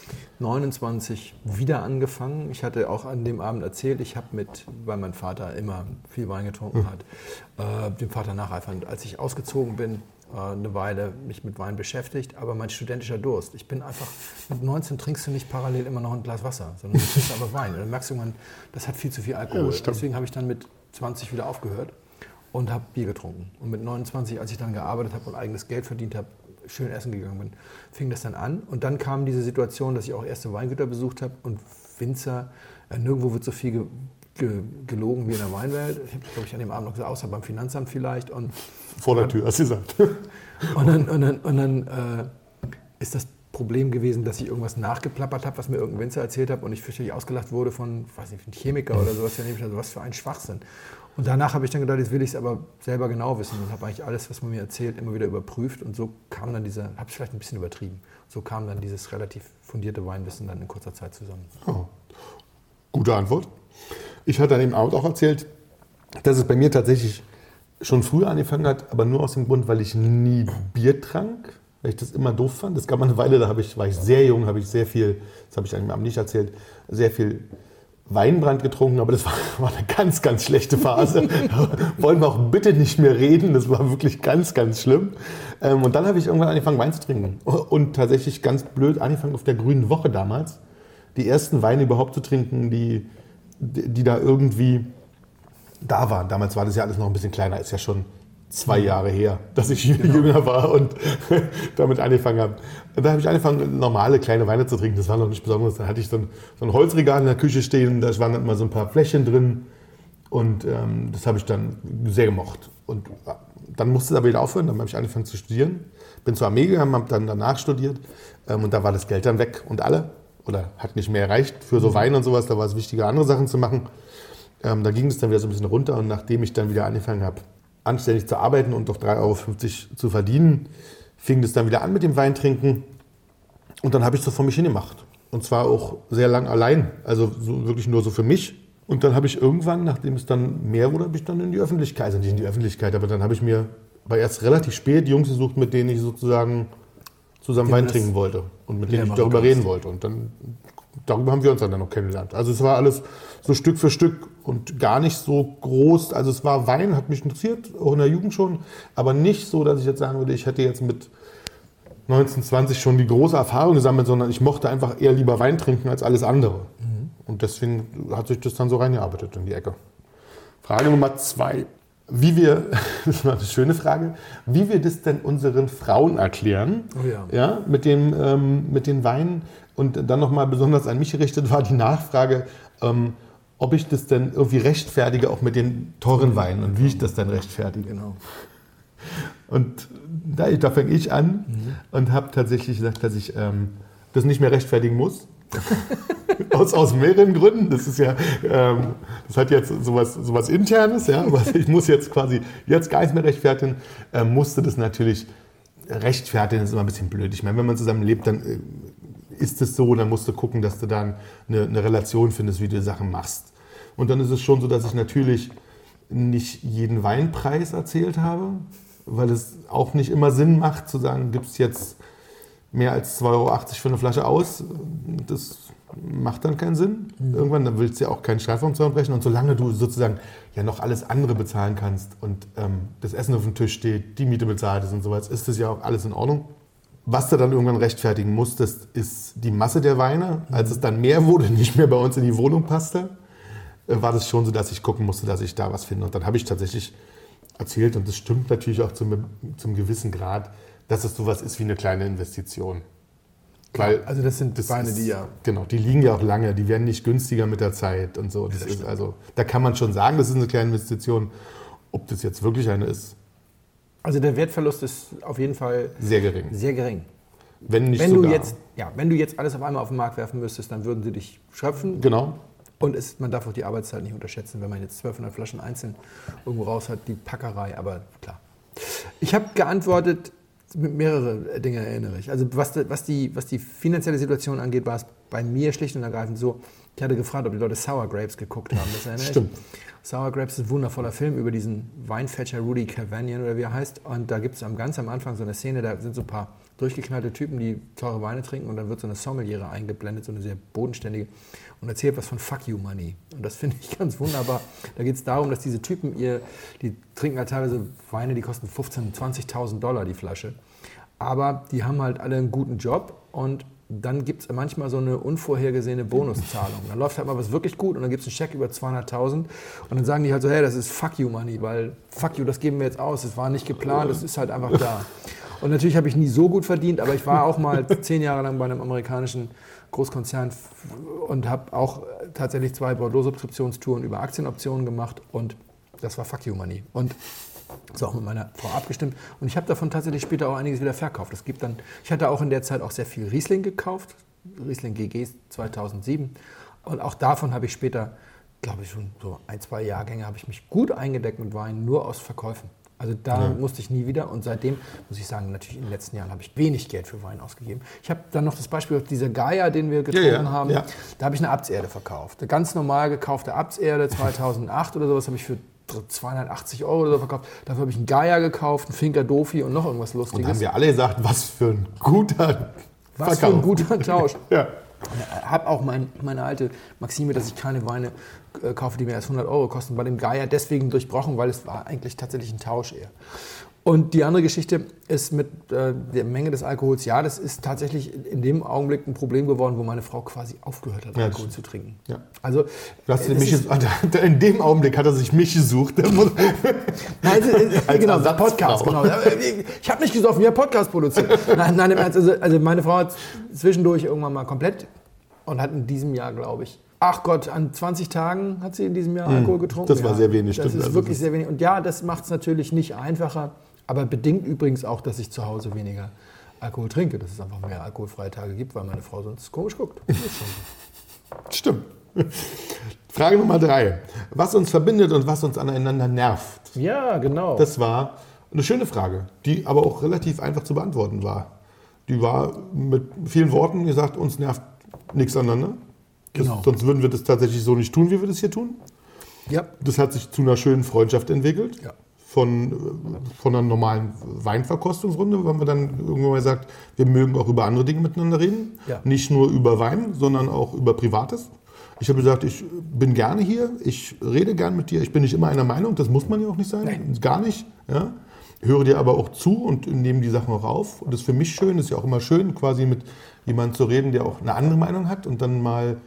neunundzwanzig wieder angefangen. Ich hatte auch an dem Abend erzählt, ich habe mit, weil mein Vater immer viel Wein getrunken mhm. hat, äh, dem Vater nacheifernd, als ich ausgezogen bin, äh, eine Weile mich mit Wein beschäftigt, aber mein studentischer Durst. Ich bin einfach, mit neunzehn trinkst du nicht parallel immer noch ein Glas Wasser, sondern du trinkst aber Wein. Und dann merkst du irgendwann, das hat viel zu viel Alkohol. Ja, deswegen habe ich dann mit zwanzig wieder aufgehört und habe Bier getrunken. Und mit neunundzwanzig, als ich dann gearbeitet habe und eigenes Geld verdient habe, schön essen gegangen bin, fing das dann an. Und dann kam diese Situation, dass ich auch erste Weingüter besucht habe und Winzer, äh, nirgendwo wird so viel ge, ge, gelogen wie in der Weinwelt. Ich habe, glaube ich, an dem Abend noch gesagt, außer beim Finanzamt vielleicht. Und vor der Tür, hast du gesagt. Und dann, und dann, und dann äh, ist das Problem gewesen, dass ich irgendwas nachgeplappert habe, was mir irgendein Winzer erzählt hat und ich fürchterlich ausgelacht wurde von, weiß nicht, einem Chemiker oder sowas. Also was für ein Schwachsinn. Und danach habe ich dann gedacht, jetzt will ich es aber selber genau wissen und habe eigentlich alles, was man mir erzählt, immer wieder überprüft und so kam dann dieser, habe ich vielleicht ein bisschen übertrieben, so kam dann dieses relativ fundierte Weinwissen dann in kurzer Zeit zusammen. Oh. Gute Antwort. Ich hatte an dem Abend auch erzählt, dass es bei mir tatsächlich schon früher angefangen hat, aber nur aus dem Grund, weil ich nie Bier trank, weil ich das immer doof fand. Es gab mal eine Weile, da habe ich, war ich sehr jung, habe ich sehr viel, das habe ich an dem Abend nicht erzählt, sehr viel Weinbrand getrunken, aber das war, war eine ganz, ganz schlechte Phase. Wollen wir auch bitte nicht mehr reden, das war wirklich ganz, ganz schlimm. Und dann habe ich irgendwann angefangen, Wein zu trinken. Und tatsächlich ganz blöd angefangen auf der Grünen Woche damals, die ersten Weine überhaupt zu trinken, die, die da irgendwie da waren. Damals war das ja alles noch ein bisschen kleiner, ist ja schon zwei Jahre her, dass ich genau. jünger war und damit angefangen habe. Da habe ich angefangen, normale kleine Weine zu trinken. Das war noch nicht besonders. Dann hatte ich so ein, so ein Holzregal in der Küche stehen, da waren dann immer so ein paar Fläschchen drin und ähm, das habe ich dann sehr gemocht. Und dann musste es aber wieder aufhören, dann habe ich angefangen zu studieren. Bin zur Armee gegangen, habe dann danach studiert ähm, und da war das Geld dann weg und alle, oder hat nicht mehr erreicht für so Wein und sowas, da war es wichtiger, andere Sachen zu machen. Ähm, da ging es dann wieder so ein bisschen runter und nachdem ich dann wieder angefangen habe, anständig zu arbeiten und doch drei Euro fünfzig zu verdienen, fing das dann wieder an mit dem Weintrinken und dann habe ich das vor mich hingemacht. Und zwar auch sehr lang allein, also so wirklich nur so für mich. Und dann habe ich irgendwann, nachdem es dann mehr wurde, habe ich dann in die Öffentlichkeit, also nicht in die Öffentlichkeit, aber dann habe ich mir bei erst relativ spät Jungs gesucht, mit denen ich sozusagen zusammen Wein trinken wollte und mit denen ich darüber reden wollte. Und dann darüber haben wir uns dann noch kennengelernt. Also es war alles so Stück für Stück und gar nicht so groß. Also es war Wein, hat mich interessiert, auch in der Jugend schon, aber nicht so, dass ich jetzt sagen würde, ich hätte jetzt mit neunzehn, zwanzig schon die große Erfahrung gesammelt, sondern ich mochte einfach eher lieber Wein trinken als alles andere. Mhm. Und deswegen hat sich das dann so reingearbeitet in die Ecke. Frage Nummer zwei. Wie wir, das war eine schöne Frage, wie wir das denn unseren Frauen erklären, oh ja. Ja, mit, dem, ähm, mit den Weinen. Und dann nochmal besonders an mich gerichtet war die Nachfrage, ähm, ob ich das denn irgendwie rechtfertige, auch mit den teuren Weinen und wie ich das dann rechtfertige. Genau. Und da, da fange ich an mhm. und habe tatsächlich gesagt, dass ich ähm, das nicht mehr rechtfertigen muss. aus, aus mehreren Gründen. Das ist ja, ähm, das hat jetzt sowas, sowas Internes, ja, aber ich muss jetzt quasi jetzt gar nichts mehr rechtfertigen. Ähm, musste das natürlich rechtfertigen, das ist immer ein bisschen blöd. Ich meine, wenn man zusammen lebt, dann äh, ist es so, dann musst du gucken, dass du dann eine, eine Relation findest, wie du Sachen machst. Und dann ist es schon so, dass ich natürlich nicht jeden Weinpreis erzählt habe, weil es auch nicht immer Sinn macht, zu sagen, gibt es jetzt mehr als zwei Euro achtzig für eine Flasche aus. Das macht dann keinen Sinn. Mhm. Irgendwann, dann willst du ja auch keinen Strafraum zusammenbrechen. Und solange du sozusagen ja noch alles andere bezahlen kannst und ähm, das Essen auf dem Tisch steht, die Miete bezahlt ist und sowas, ist das ja auch alles in Ordnung. Was du dann irgendwann rechtfertigen musstest, ist die Masse der Weine. Mhm. Als es dann mehr wurde, nicht mehr bei uns in die Wohnung passte, war das schon so, dass ich gucken musste, dass ich da was finde. Und dann habe ich tatsächlich erzählt, und das stimmt natürlich auch zum, zum gewissen Grad, dass es sowas ist wie eine kleine Investition. Weil also das sind das Weine, ist, die ja... Genau, die liegen ja auch lange, die werden nicht günstiger mit der Zeit und so. Das das ist also, da kann man schon sagen, das ist eine kleine Investition. Ob das jetzt wirklich eine ist... Also der Wertverlust ist auf jeden Fall... Sehr gering. Sehr gering. Wenn nicht wenn sogar... Du jetzt, ja, wenn du jetzt alles auf einmal auf den Markt werfen müsstest, dann würden sie dich schöpfen. Genau. Und es, man darf auch die Arbeitszeit nicht unterschätzen, wenn man jetzt zwölfhundert Flaschen einzeln irgendwo raus hat, die Packerei, aber klar. Ich habe geantwortet... Mehrere Dinge erinnere ich. Also was, was, die, was die finanzielle Situation angeht, war es bei mir schlicht und ergreifend so, ich hatte gefragt, ob die Leute Sour Grapes geguckt haben. Das erinnere Stimmt. ich. Sour Grapes ist ein wundervoller Film über diesen Weinfälscher Rudy Cavanian oder wie er heißt. Und da gibt es ganz am Anfang so eine Szene, da sind so ein paar durchgeknallte Typen, die teure Weine trinken und dann wird so eine Sommeliere eingeblendet, so eine sehr bodenständige und erzählt was von Fuck You Money. Und das finde ich ganz wunderbar. Da geht es darum, dass diese Typen, ihr, die trinken halt teilweise Weine, die kosten fünfzehntausend, zwanzigtausend Dollar die Flasche. Aber die haben halt alle einen guten Job und dann gibt es manchmal so eine unvorhergesehene Bonuszahlung. Dann läuft halt mal was wirklich gut und dann gibt es einen Scheck über zweihunderttausend und dann sagen die halt so, hey, das ist Fuck You Money, weil Fuck You, das geben wir jetzt aus, das war nicht geplant, das ist halt einfach da. Und natürlich habe ich nie so gut verdient, aber ich war auch mal zehn Jahre lang bei einem amerikanischen Großkonzern und habe auch tatsächlich zwei Bordeaux-Subskriptionstouren über Aktienoptionen gemacht und das war Fuck You Money. Und das war auch mit meiner Frau abgestimmt und ich habe davon tatsächlich später auch einiges wieder verkauft. Es gibt dann, ich hatte auch in der Zeit auch sehr viel Riesling gekauft, Riesling G G zweitausendsieben und auch davon habe ich später, glaube ich schon so ein, zwei Jahrgänge, habe ich mich gut eingedeckt mit Wein, nur aus Verkäufen. Also da ja. musste ich nie wieder und seitdem, muss ich sagen, natürlich in den letzten Jahren habe ich wenig Geld für Wein ausgegeben. Ich habe dann noch das Beispiel, dieser Gaia, den wir getrunken ja, ja. haben, ja. da habe ich eine Abtserde verkauft. Eine ganz normal gekaufte Abtserde, zweitausendacht oder sowas, habe ich für zweihundertachtzig Euro oder so verkauft. Dafür habe ich einen Gaia gekauft, einen Finca Dofi und noch irgendwas Lustiges. Und da haben wir alle gesagt, was für ein guter Was Verkauf. für ein guter Tausch. ja. Ich habe auch mein, meine alte Maxime, dass ich keine Weine äh, kaufe, die mehr als hundert Euro kosten, bei dem Gaia deswegen durchbrochen, weil es war eigentlich tatsächlich ein Tausch eher. Und die andere Geschichte ist mit äh, der Menge des Alkohols. Ja, das ist tatsächlich in dem Augenblick ein Problem geworden, wo meine Frau quasi aufgehört hat, ja, Alkohol zu trinken. Ja. Also, das mich ist, in dem Augenblick hat er sich mich gesucht. Nein, also, genau, Podcast. Genau. Ich habe nicht gesoffen, ich habe Podcast produziert. Nein, nein, also, also meine Frau hat zwischendurch irgendwann mal komplett und hat in diesem Jahr, glaube ich, ach Gott, an zwanzig Tagen hat sie in diesem Jahr Alkohol getrunken. Das war ja, sehr wenig. Das stimmt. ist also wirklich das sehr wenig. Und ja, das macht es natürlich nicht einfacher. Aber bedingt übrigens auch, dass ich zu Hause weniger Alkohol trinke, dass es einfach mehr alkoholfreie Tage gibt, weil meine Frau sonst komisch guckt. Das ist schon so. Stimmt. Frage Nummer drei. Was uns verbindet und was uns aneinander nervt? Ja, genau. Das war eine schöne Frage, die aber auch relativ einfach zu beantworten war. Die war mit vielen Worten gesagt, uns nervt nichts aneinander. Das, genau. Sonst würden wir das tatsächlich so nicht tun, wie wir das hier tun. Ja. Das hat sich zu einer schönen Freundschaft entwickelt. Ja. Von, von einer normalen Weinverkostungsrunde, wenn man dann irgendwann mal sagt, wir mögen auch über andere Dinge miteinander reden. Ja. Nicht nur über Wein, sondern auch über Privates. Ich habe gesagt, ich bin gerne hier, ich rede gern mit dir, ich bin nicht immer einer Meinung, das muss man ja auch nicht sein, Nein. gar nicht. Ja? Höre dir aber auch zu und nehme die Sachen auch auf. Und das ist für mich schön, das ist ja auch immer schön, quasi mit jemandem zu reden, der auch eine andere Meinung hat und dann mal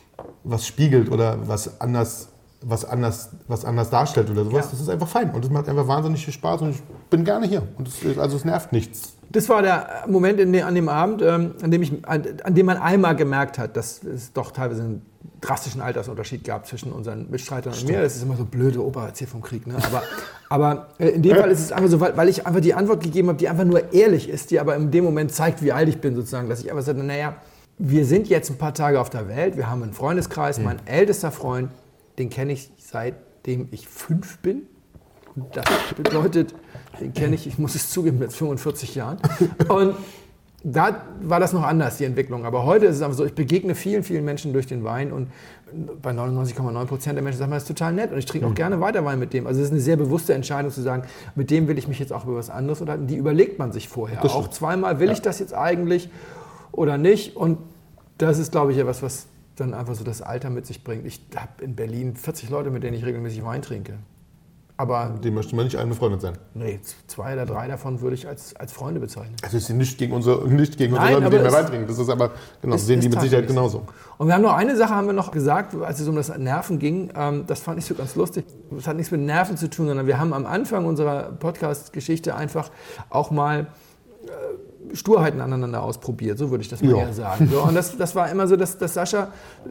was spiegelt oder was anders was anders, was anders darstellt oder sowas. Ja. Das ist einfach fein und das macht einfach wahnsinnig viel Spaß und ich bin gerne hier. Und das, also es nervt nichts. Das war der Moment in dem, an dem Abend, ähm, an, dem ich, an, an dem man einmal gemerkt hat, dass es doch teilweise einen drastischen Altersunterschied gab zwischen unseren Mitstreitern und mir. Das ist immer so blöde Opa erzählt vom Krieg. Ne? Aber, aber in dem Fall ist es einfach so, weil, weil ich einfach die Antwort gegeben habe, die einfach nur ehrlich ist, die aber in dem Moment zeigt, wie alt ich bin sozusagen, dass ich einfach sage, naja, wir sind jetzt ein paar Tage auf der Welt, wir haben einen Freundeskreis, mhm. mein ältester Freund, den kenne ich seitdem ich fünf bin. Das bedeutet, den kenne ich, ich muss es zugeben, mit fünfundvierzig Jahren. Und da war das noch anders, die Entwicklung. Aber heute ist es einfach so, ich begegne vielen, vielen Menschen durch den Wein und bei neunundneunzig Komma neun Prozent der Menschen sagen, das ist total nett und ich trinke auch gerne weiter Wein mit dem. Also es ist eine sehr bewusste Entscheidung zu sagen, mit dem will ich mich jetzt auch über was anderes unterhalten. Die überlegt man sich vorher das auch stimmt. zweimal, will ja. ich das jetzt eigentlich oder nicht? Und das ist, glaube ich, ja was, was dann einfach so das Alter mit sich bringt. Ich habe in Berlin vierzig Leute, mit denen ich regelmäßig Wein trinke. Aber dem möchte man nicht eine Freundin sein. Nee, zwei oder drei davon würde ich als, als Freunde bezeichnen. Also ist nicht gegen unsere, nicht gegen unsere Nein, Leute, mit denen wir es- Wein trinken. Das ist aber, genau, ist- sehen die ist mit Sicherheit tatsächlich genauso. Und wir haben noch eine Sache haben wir noch gesagt, als es um das Nerven ging. Ähm, das fand ich so ganz lustig. Das hat nichts mit Nerven zu tun, sondern wir haben am Anfang unserer Podcast-Geschichte einfach auch mal äh, Sturheiten aneinander ausprobiert. So würde ich das mal Ja. eher sagen. So, und das, das war immer so, dass, dass Sascha,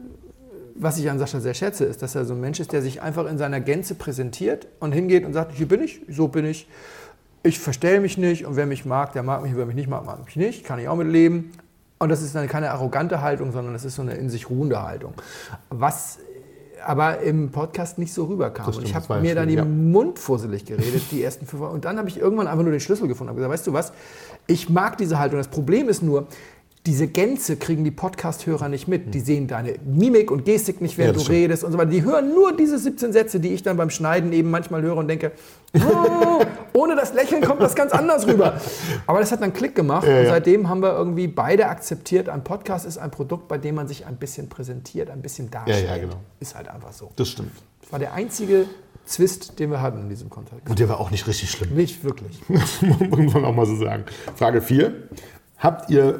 was ich an Sascha sehr schätze, ist, dass er so ein Mensch ist, der sich einfach in seiner Gänze präsentiert und hingeht und sagt, hier bin ich, so bin ich. Ich verstelle mich nicht und wer mich mag, der mag mich, wer mich nicht mag, mag mich nicht. Kann ich auch mit leben. Und das ist dann keine arrogante Haltung, sondern das ist so eine in sich ruhende Haltung. Was aber im Podcast nicht so rüberkam. Das Und stimmt, ich das war habe ja mir da schwierig, den ja. Mund fusselig geredet, die ersten fünf Wochen. Und dann habe ich irgendwann einfach nur den Schlüssel gefunden und gesagt, weißt du was, ich mag diese Haltung. Das Problem ist nur, diese Gänze kriegen die Podcast-Hörer nicht mit. Die sehen deine Mimik und Gestik nicht, während Ja, du stimmt. redest und so weiter. Die hören nur diese siebzehn Sätze, die ich dann beim Schneiden eben manchmal höre und denke, oh, ohne das Lächeln kommt das ganz anders rüber. Aber das hat dann Klick gemacht Ja, und ja. seitdem haben wir irgendwie beide akzeptiert, ein Podcast ist ein Produkt, bei dem man sich ein bisschen präsentiert, ein bisschen darstellt. Ja, ja, genau. Ist halt einfach so. Das stimmt. Das war der einzige Zwist, den wir hatten in diesem Kontext. Und der war auch nicht richtig schlimm. Nicht wirklich. Muss man auch mal so sagen. Frage vier. Habt ihr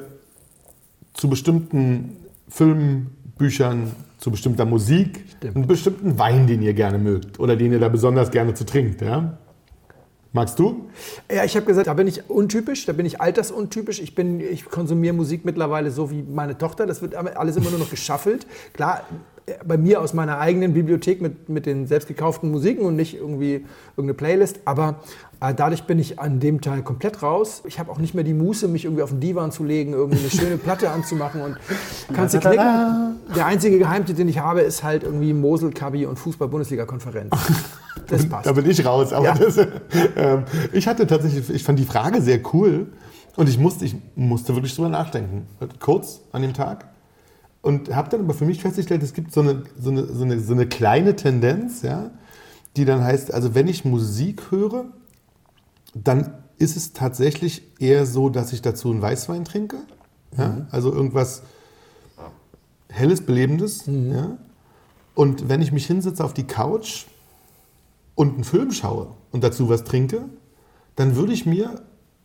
zu bestimmten Filmen, Büchern, zu bestimmter Musik Stimmt. einen bestimmten Wein, den ihr gerne mögt oder den ihr da besonders gerne zu trinkt? Ja? Magst du? Ja, ich habe gesagt, da bin ich untypisch, da bin ich altersuntypisch. Ich, bin, ich konsumiere Musik mittlerweile so wie meine Tochter. Das wird alles immer nur noch geschaffelt. Klar, bei mir aus meiner eigenen Bibliothek mit, mit den selbst gekauften Musiken und nicht irgendwie irgendeine Playlist. Aber äh, dadurch bin ich an dem Teil komplett raus. Ich habe auch nicht mehr die Muße, mich irgendwie auf den Divan zu legen, irgendwie eine schöne Platte anzumachen und kannst du klicken. Der einzige Geheimtipp, den ich habe, ist halt irgendwie Mosel, Kabi und Fußball-Bundesliga-Konferenz. Das passt. Da bin ich raus. Aber Ja. das, ähm, ich hatte tatsächlich, ich fand die Frage sehr cool und ich musste, ich musste wirklich drüber nachdenken. Kurz an dem Tag. Und habe dann aber für mich festgestellt, es gibt so eine, so eine, so eine, so eine kleine Tendenz, ja, die dann heißt, also wenn ich Musik höre, dann ist es tatsächlich eher so, dass ich dazu einen Weißwein trinke. Ja? Mhm. Also irgendwas Helles, Belebendes. Mhm. Ja? Und wenn ich mich hinsetze auf die Couch und einen Film schaue und dazu was trinke, dann würde ich mir,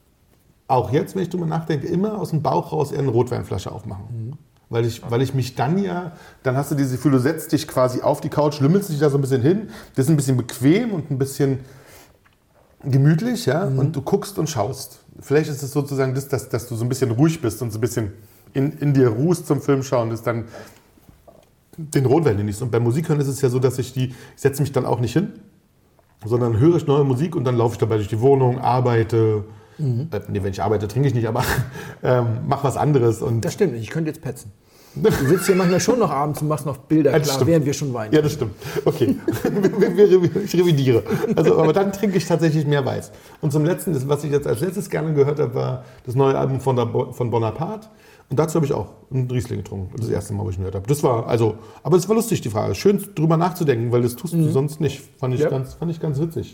auch jetzt, wenn ich drüber nachdenke, immer aus dem Bauch raus eher eine Rotweinflasche aufmachen. Mhm. Weil ich, weil ich mich dann ja, dann hast du dieses Gefühl, du setzt dich quasi auf die Couch, lümmelst dich da so ein bisschen hin, das ist ein bisschen bequem und ein bisschen gemütlich, ja, Mhm. und du guckst und schaust. Vielleicht ist es sozusagen das, dass, dass du so ein bisschen ruhig bist und so ein bisschen in, in dir ruhst zum Film schauen, das dann den Rotwein genießt. Und beim Musikhören ist es ja so, dass ich die, ich setze mich dann auch nicht hin, sondern höre ich neue Musik und dann laufe ich dabei durch die Wohnung, arbeite. Mhm. Äh, nee, wenn ich arbeite, trinke ich nicht, aber ähm, mach was anderes. Und Das stimmt nicht, ich könnte jetzt petzen. Du sitzt hier manchmal schon noch abends und machst noch Bilder Ja, das klar, stimmt. während wir schon weinen. Ja, das stimmt. Okay, wir, wir, wir, ich revidiere. Also, aber dann trinke ich tatsächlich mehr Weiß. Und zum Letzten, das, was ich jetzt als letztes gerne gehört habe, war das neue Album von, der Bo- von Bonaparte. Und dazu habe ich auch einen Riesling getrunken. Das erste Mal, wo ich ihn gehört habe. Das war, also, aber es war lustig, die Frage. Schön drüber nachzudenken, weil das tust du sonst nicht. Fand ich, Ja. ganz, fand ich ganz witzig.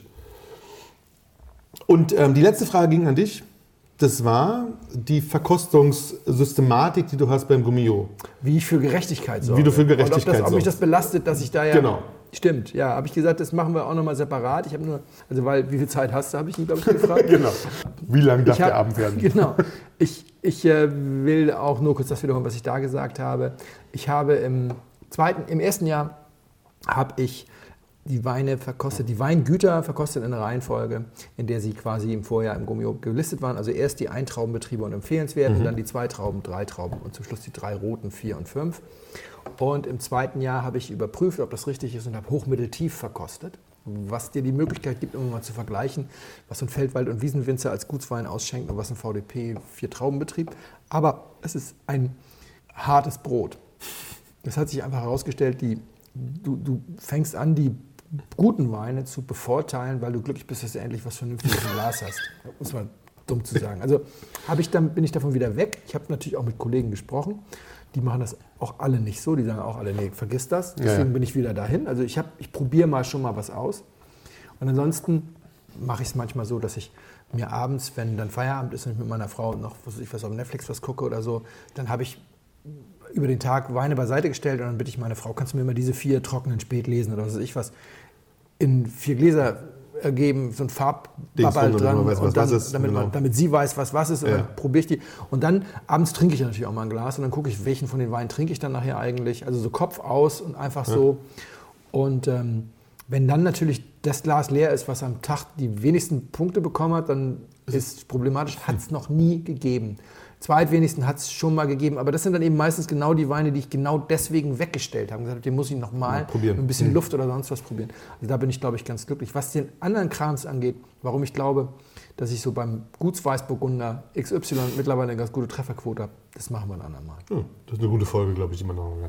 Und ähm, die letzte Frage ging an dich. Das war die Verkostungssystematik, die du hast beim Gummio. Wie ich für Gerechtigkeit sorge. Wie du für Und ob, Gerechtigkeit das, ob mich sorgst. das belastet, dass ich da ja... Genau. Stimmt, ja, habe ich gesagt, das machen wir auch nochmal separat. Ich habe nur, also weil, wie viel Zeit hast du, habe ich ihn, glaube ich, gefragt. Genau. Wie lang darf Ich hab- der Abend werden? Genau. Ich, ich äh, will auch nur kurz das wiederholen, was ich da gesagt habe. Ich habe im zweiten, im ersten Jahr habe ich die Weine verkostet, die Weingüter verkostet in einer Reihenfolge, in der sie quasi im Vorjahr im Gummio gelistet waren. Also erst die Eintraubenbetriebe und empfehlenswerten, Mhm. dann die zwei Trauben, drei Trauben und zum Schluss die drei roten, vier und fünf. Und im zweiten Jahr habe ich überprüft, ob das richtig ist und habe hochmitteltief verkostet, was dir die Möglichkeit gibt, um mal zu vergleichen, was so ein Feldwald- und Wiesenwinzer als Gutswein ausschenkt und was ein V D P Vier-Traubenbetrieb. Aber es ist ein hartes Brot. Das hat sich einfach herausgestellt, die, du, du fängst an, die guten Weine zu bevorteilen, weil du glücklich bist, dass du endlich was Vernünftiges im Glas hast. Muss man dumm zu sagen. Also habe ich dann, bin ich davon wieder weg. Ich habe natürlich auch mit Kollegen gesprochen. Die machen das auch alle nicht so. Die sagen auch alle, nee, vergiss das. Deswegen Ja, ja. bin ich wieder dahin. Also ich, hab- ich probiere mal schon mal was aus. Und ansonsten mache ich es manchmal so, dass ich mir abends, wenn dann Feierabend ist und ich mit meiner Frau noch, was weiß ich, was auf Netflix was gucke oder so, dann habe ich über den Tag Weine beiseite gestellt und dann bitte ich meine Frau, kannst du mir mal diese vier trockenen Spätlesen oder was weiß ich was in vier Gläser ergeben, so ein Dings Farbbubble drin, dran, damit man weiß, was und dann, was ist, damit, man, genau. damit sie weiß, was was ist, und Ja. dann probiere ich die. Und dann abends trinke ich natürlich auch mal ein Glas und dann gucke ich, welchen von den Weinen trinke ich dann nachher eigentlich. Also so Kopf aus und einfach so. Und ähm, wenn dann natürlich das Glas leer ist, was am Tag die wenigsten Punkte bekommen hat, dann ist es problematisch. Hat es noch nie gegeben. Zweitwenigsten hat es schon mal gegeben, aber das sind dann eben meistens genau die Weine, die ich genau deswegen weggestellt habe. Und gesagt habe, den muss ich nochmal Mal probieren. mit ein bisschen Mhm. Luft oder sonst was probieren. Also da bin ich, glaube ich, ganz glücklich. Was den anderen Krams angeht, warum ich glaube, dass ich so beim Gutsweißburgunder X Y mittlerweile eine ganz gute Trefferquote habe, das machen wir ein andermal. Ja, das ist eine gute Folge, glaube ich, die man machen kann.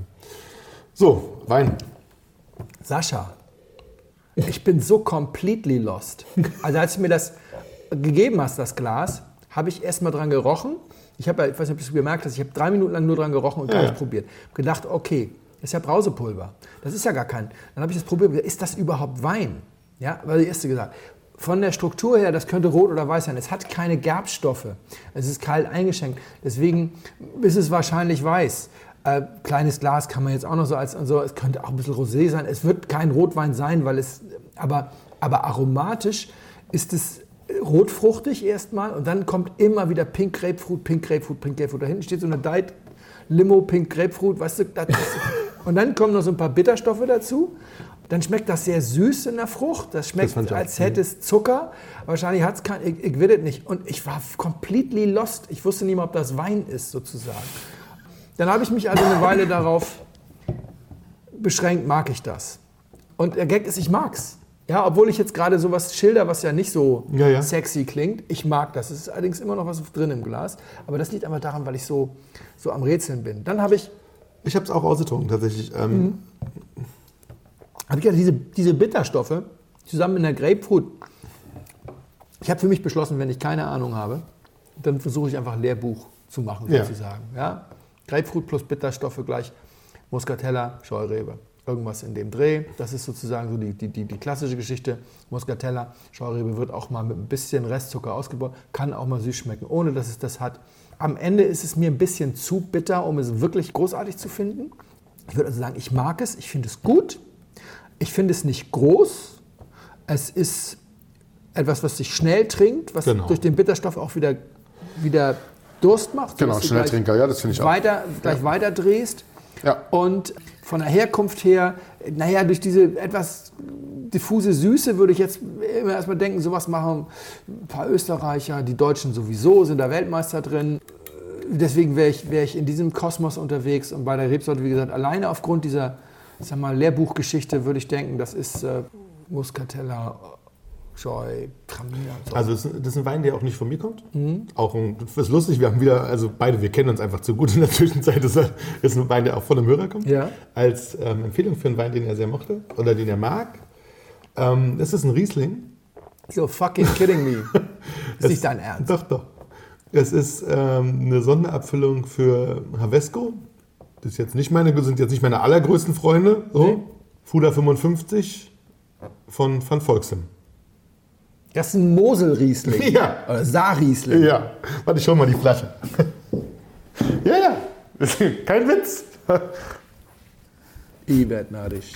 So, Wein. Sascha, ich bin so completely lost. Also als du mir das gegeben hast, das Glas, habe ich erst mal dran gerochen. Ich habe ja, ich weiß nicht, ob du es gemerkt hast, ich habe drei Minuten lang nur dran gerochen und gar Ja. nicht probiert. Gedacht, okay, das ist ja Brausepulver. Das ist ja gar kein. Dann habe ich das probiert. Ist das überhaupt Wein? Ja, war die erste gesagt. Von der Struktur her, das könnte rot oder weiß sein. Es hat keine Gerbstoffe. Es ist kalt eingeschenkt. Deswegen ist es wahrscheinlich weiß. Äh, kleines Glas kann man jetzt auch noch so als so. Es könnte auch ein bisschen Rosé sein. Es wird kein Rotwein sein, weil es. Aber, aber aromatisch ist es rotfruchtig erstmal und dann kommt immer wieder Pink Grapefruit, Pink Grapefruit, Pink Grapefruit. Da hinten steht so eine Diet Limo Pink Grapefruit, weißt du. Das ist, und dann kommen noch so ein paar Bitterstoffe dazu. Dann schmeckt das sehr süß in der Frucht. Das schmeckt, Das als hätte es Zucker. Wahrscheinlich hat es kein, ich, ich will das nicht. Und ich war completely lost. Ich wusste nicht mal, ob das Wein ist, sozusagen. Dann habe ich mich also eine Weile darauf beschränkt, mag ich das. Und der Gag ist, ich mag's. Ja, obwohl ich jetzt gerade sowas schilder, was ja nicht so Ja, ja. sexy klingt. Ich mag das. Es ist allerdings immer noch was drin im Glas. Aber das liegt einfach daran, weil ich so, so am Rätseln bin. Dann habe ich, Ich habe es auch ausgetrunken, tatsächlich. Ähm, Mhm. habe ich ja diese, diese Bitterstoffe zusammen mit der Grapefruit. Ich habe für mich beschlossen, wenn ich keine Ahnung habe, dann versuche ich einfach ein Lehrbuch zu machen, Ja. sozusagen. Ja? Grapefruit plus Bitterstoffe gleich Muscatella, Scheurebe. Irgendwas in dem Dreh. Das ist sozusagen so die, die, die, die klassische Geschichte. Muscatella, Scheurebe wird auch mal mit ein bisschen Restzucker ausgebaut, kann auch mal süß schmecken, ohne dass es das hat. Am Ende ist es mir ein bisschen zu bitter, um es wirklich großartig zu finden. Ich würde also sagen, ich mag es, ich finde es gut. Ich finde es nicht groß. Es ist etwas, was sich schnell trinkt, was Genau. durch den Bitterstoff auch wieder, wieder Durst macht. Genau, sodass du Schnelltrinker, gleich ja, das finde ich auch. Weiter, gleich weiter drehst. Ja. Und von der Herkunft her, naja, durch diese etwas diffuse Süße würde ich jetzt immer erstmal denken, sowas machen ein paar Österreicher, die Deutschen sowieso, sind da Weltmeister drin. Deswegen wäre ich, wär ich in diesem Kosmos unterwegs und bei der Rebsorte, wie gesagt, alleine aufgrund dieser, ich sag mal, Lehrbuchgeschichte würde ich denken, das ist äh, Muscatella, Scheu, Traminer. So. Also das ist, das ist ein Wein, der auch nicht von mir kommt. Auch ein, das ist lustig, wir haben wieder, also beide, wir kennen uns einfach zu gut in der Zwischenzeit. Das ist ein Wein, der auch von einem Hörer kommt. Ja. Als ähm, Empfehlung für einen Wein, den er sehr mochte oder den er mag. Ähm, das ist ein Riesling. You're fucking kidding me. Ist Es- nicht dein Ernst. Doch, doch. Es ist ähm, eine Sonderabfüllung für Havesco. Das ist jetzt nicht meine, sind jetzt nicht meine allergrößten Freunde. So. Nee. Fuda fünfundfünfzig von Van Volksem. Das ist ein Mosel-Riesling. Ja. Oder Saar-Riesling. Ja, warte, ich schau mal die Flasche. Ja, ja, kein Witz. Ich werd narrisch.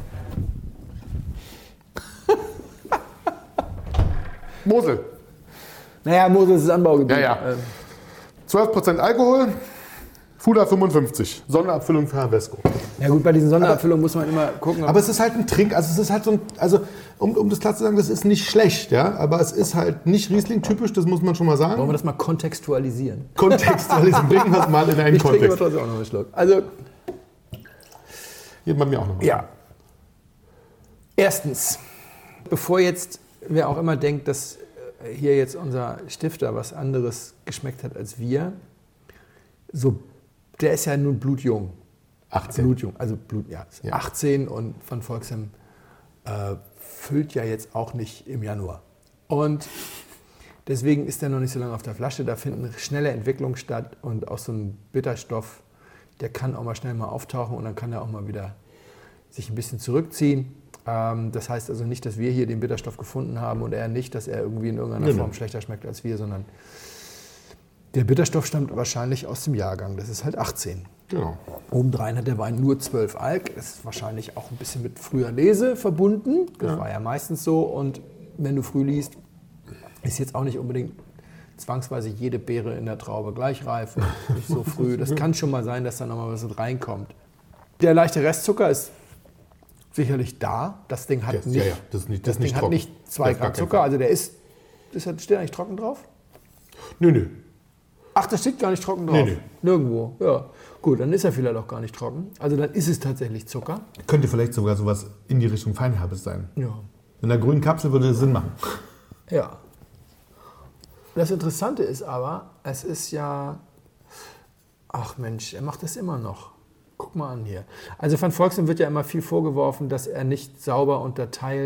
Mosel, Naja, Mosel ist das Anbaugebiet. Ja, ja. Ähm, zwölf Prozent Alkohol, Fuda fünfundfünfzig, Sonderabfüllung für Havesco. Ja gut, bei diesen Sonderabfüllungen muss man immer gucken. Aber es ist halt ein Trink, also es ist halt so ein, also um, um das klar zu sagen, das ist nicht schlecht, ja, aber es ist halt nicht Riesling-typisch, das muss man schon mal wollen wir sagen. das mal kontextualisieren? Kontextualisieren, bringen wir es mal in einen Ich trinke aber Kontext. trotzdem auch noch einen Schluck. Also, Hier bei mir auch nochmal. ja. Erstens, bevor jetzt wer auch immer denkt, dass hier jetzt unser Stifter was anderes geschmeckt hat als wir, so, der ist ja nun blutjung. achtzehn. Blutjung, also Blut, ja, Ja. achtzehn und Van Volksem äh, füllt ja jetzt auch nicht im Januar. Und deswegen ist er noch nicht so lange auf der Flasche. Da finden schnelle Entwicklungen statt und auch so ein Bitterstoff, der kann auch mal schnell mal auftauchen und dann kann er auch mal wieder sich ein bisschen zurückziehen. Ähm, das heißt also nicht, dass wir hier den Bitterstoff gefunden haben und er nicht, dass er irgendwie in irgendeiner Genau. Form schlechter schmeckt als wir, sondern der Bitterstoff stammt wahrscheinlich aus dem Jahrgang. Das ist halt achtzehn. Genau. Obendrein hat der Wein nur zwölf Alk. Das ist wahrscheinlich auch ein bisschen mit früher Lese verbunden. Das Ja. war ja meistens so. Und wenn du früh liest, ist jetzt auch nicht unbedingt zwangsweise jede Beere in der Traube gleich reif und nicht so früh. Das kann schon mal sein, dass da noch mal was mit reinkommt. Der leichte Restzucker ist sicherlich da. Das Ding hat Das- nicht, ja, ja, das ist nicht- das das ist nicht Ding hat trocken. nicht zwei Auf gar Gramm keinen Zucker. Fall. Also der ist, ist das, steht da nicht trocken drauf? Nö, nö. Ach, das steht gar nicht trocken drauf. Nee, nee. Nirgendwo. Ja. Gut, dann ist er vielleicht auch gar nicht trocken. Also dann ist es tatsächlich Zucker. Könnte vielleicht sogar sowas in die Richtung Feinherbes sein. Ja. In einer grünen Kapsel würde das Sinn machen. Ja. Das Interessante ist aber, es ist ja, ach Mensch, er macht das immer noch. Guck mal an hier. Also Van Volksem wird ja immer viel vorgeworfen, dass er nicht sauber unterteilt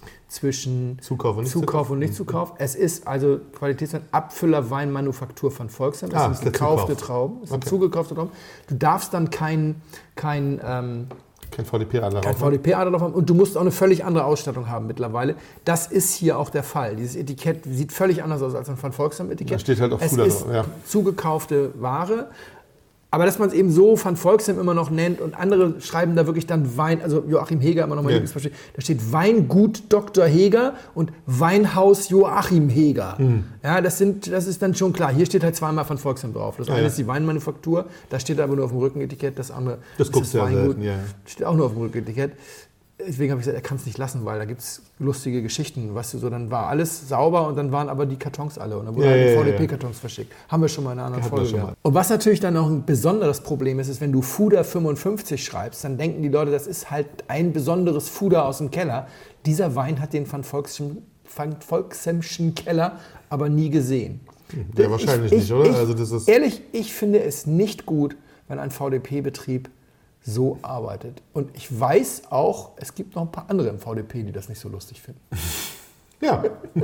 zwischen Zukauf und nicht Zukauf und nicht Zukauf. Es ist also Qualitätswein, Abfüller Weinmanufaktur von Volksem. Das Ah, sind ist der gekaufte Zukauf. Trauben. Das sind Okay. zugekaufte Trauben. Du darfst dann kein, kein, ähm, Kein V D P-Adler kein drauf. V D P-Adler drauf haben und du musst auch eine völlig andere Ausstattung haben mittlerweile. Das ist hier auch der Fall. Dieses Etikett sieht völlig anders aus als ein von Volksem-Etikett. Da steht halt auch es Fuder ist drauf, ja. zugekaufte Ware. Aber dass man es eben so Van Volksem immer noch nennt und andere schreiben da wirklich dann Wein, also Joachim Heger immer noch mal Ja. Lieblingsverstehen, da steht Weingut Doktor Heger und Weinhaus Joachim Heger. Mhm. Ja, das sind, das ist dann schon klar. Hier steht halt zweimal Van Volksem drauf. Das Ja, eine ja. ist die Weinmanufaktur, da steht aber nur auf dem Rückenetikett, das andere Das ist guckst du ja selten, ja, ja. steht auch nur auf dem Rückenetikett. Deswegen habe ich gesagt, er kann es nicht lassen, weil da gibt es lustige Geschichten. Weißt du, so dann war alles sauber und dann waren aber die Kartons alle. Und dann wurden Ja, halt ja, ja, V D P-Kartons verschickt. Haben wir schon mal in einer anderen Hatten wir Folge schon gehabt. mal. Und was natürlich dann noch ein besonderes Problem ist, ist, wenn du Fuder fünfundfünfzig schreibst, dann denken die Leute, das ist halt ein besonderes Fuder aus dem Keller. Dieser Wein hat den Van Volksem, Van Volksemschen Keller aber nie gesehen. Ja, wahrscheinlich Ich- nicht, oder? Ich, Also das ist ehrlich, ich finde es nicht gut, wenn ein V D P-Betrieb so arbeitet. Und ich weiß auch, es gibt noch ein paar andere im V D P, die das nicht so lustig finden. ja,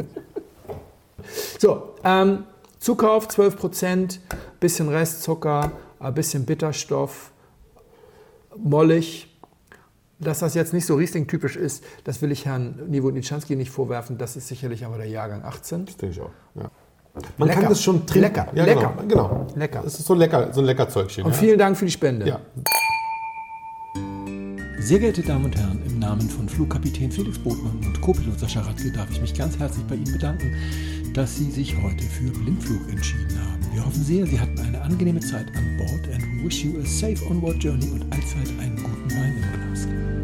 So, ähm, Zukauf zwölf Prozent, bisschen Restzucker, ein bisschen Bitterstoff, mollig. Dass das jetzt nicht so Riesling-typisch ist, das will ich Herrn Niewodniczanski nicht vorwerfen. Das ist sicherlich aber der Jahrgang achtzehn. das denke ich auch. Ja. Man Lecker. kann das schon trinken. Lecker, Ja, lecker. Genau, genau. Lecker. Es ist so lecker, so ein lecker Zeugchen. Und ja. vielen Dank für die Spende. Ja. Sehr geehrte Damen und Herren, im Namen von Flugkapitän Felix Botmann und Co-Pilot Sascha Radke darf ich mich ganz herzlich bei Ihnen bedanken, dass Sie sich heute für Blindflug entschieden haben. Wir hoffen sehr, Sie hatten eine angenehme Zeit an Bord and wish you a safe onward journey und allzeit einen guten Wein im Glas.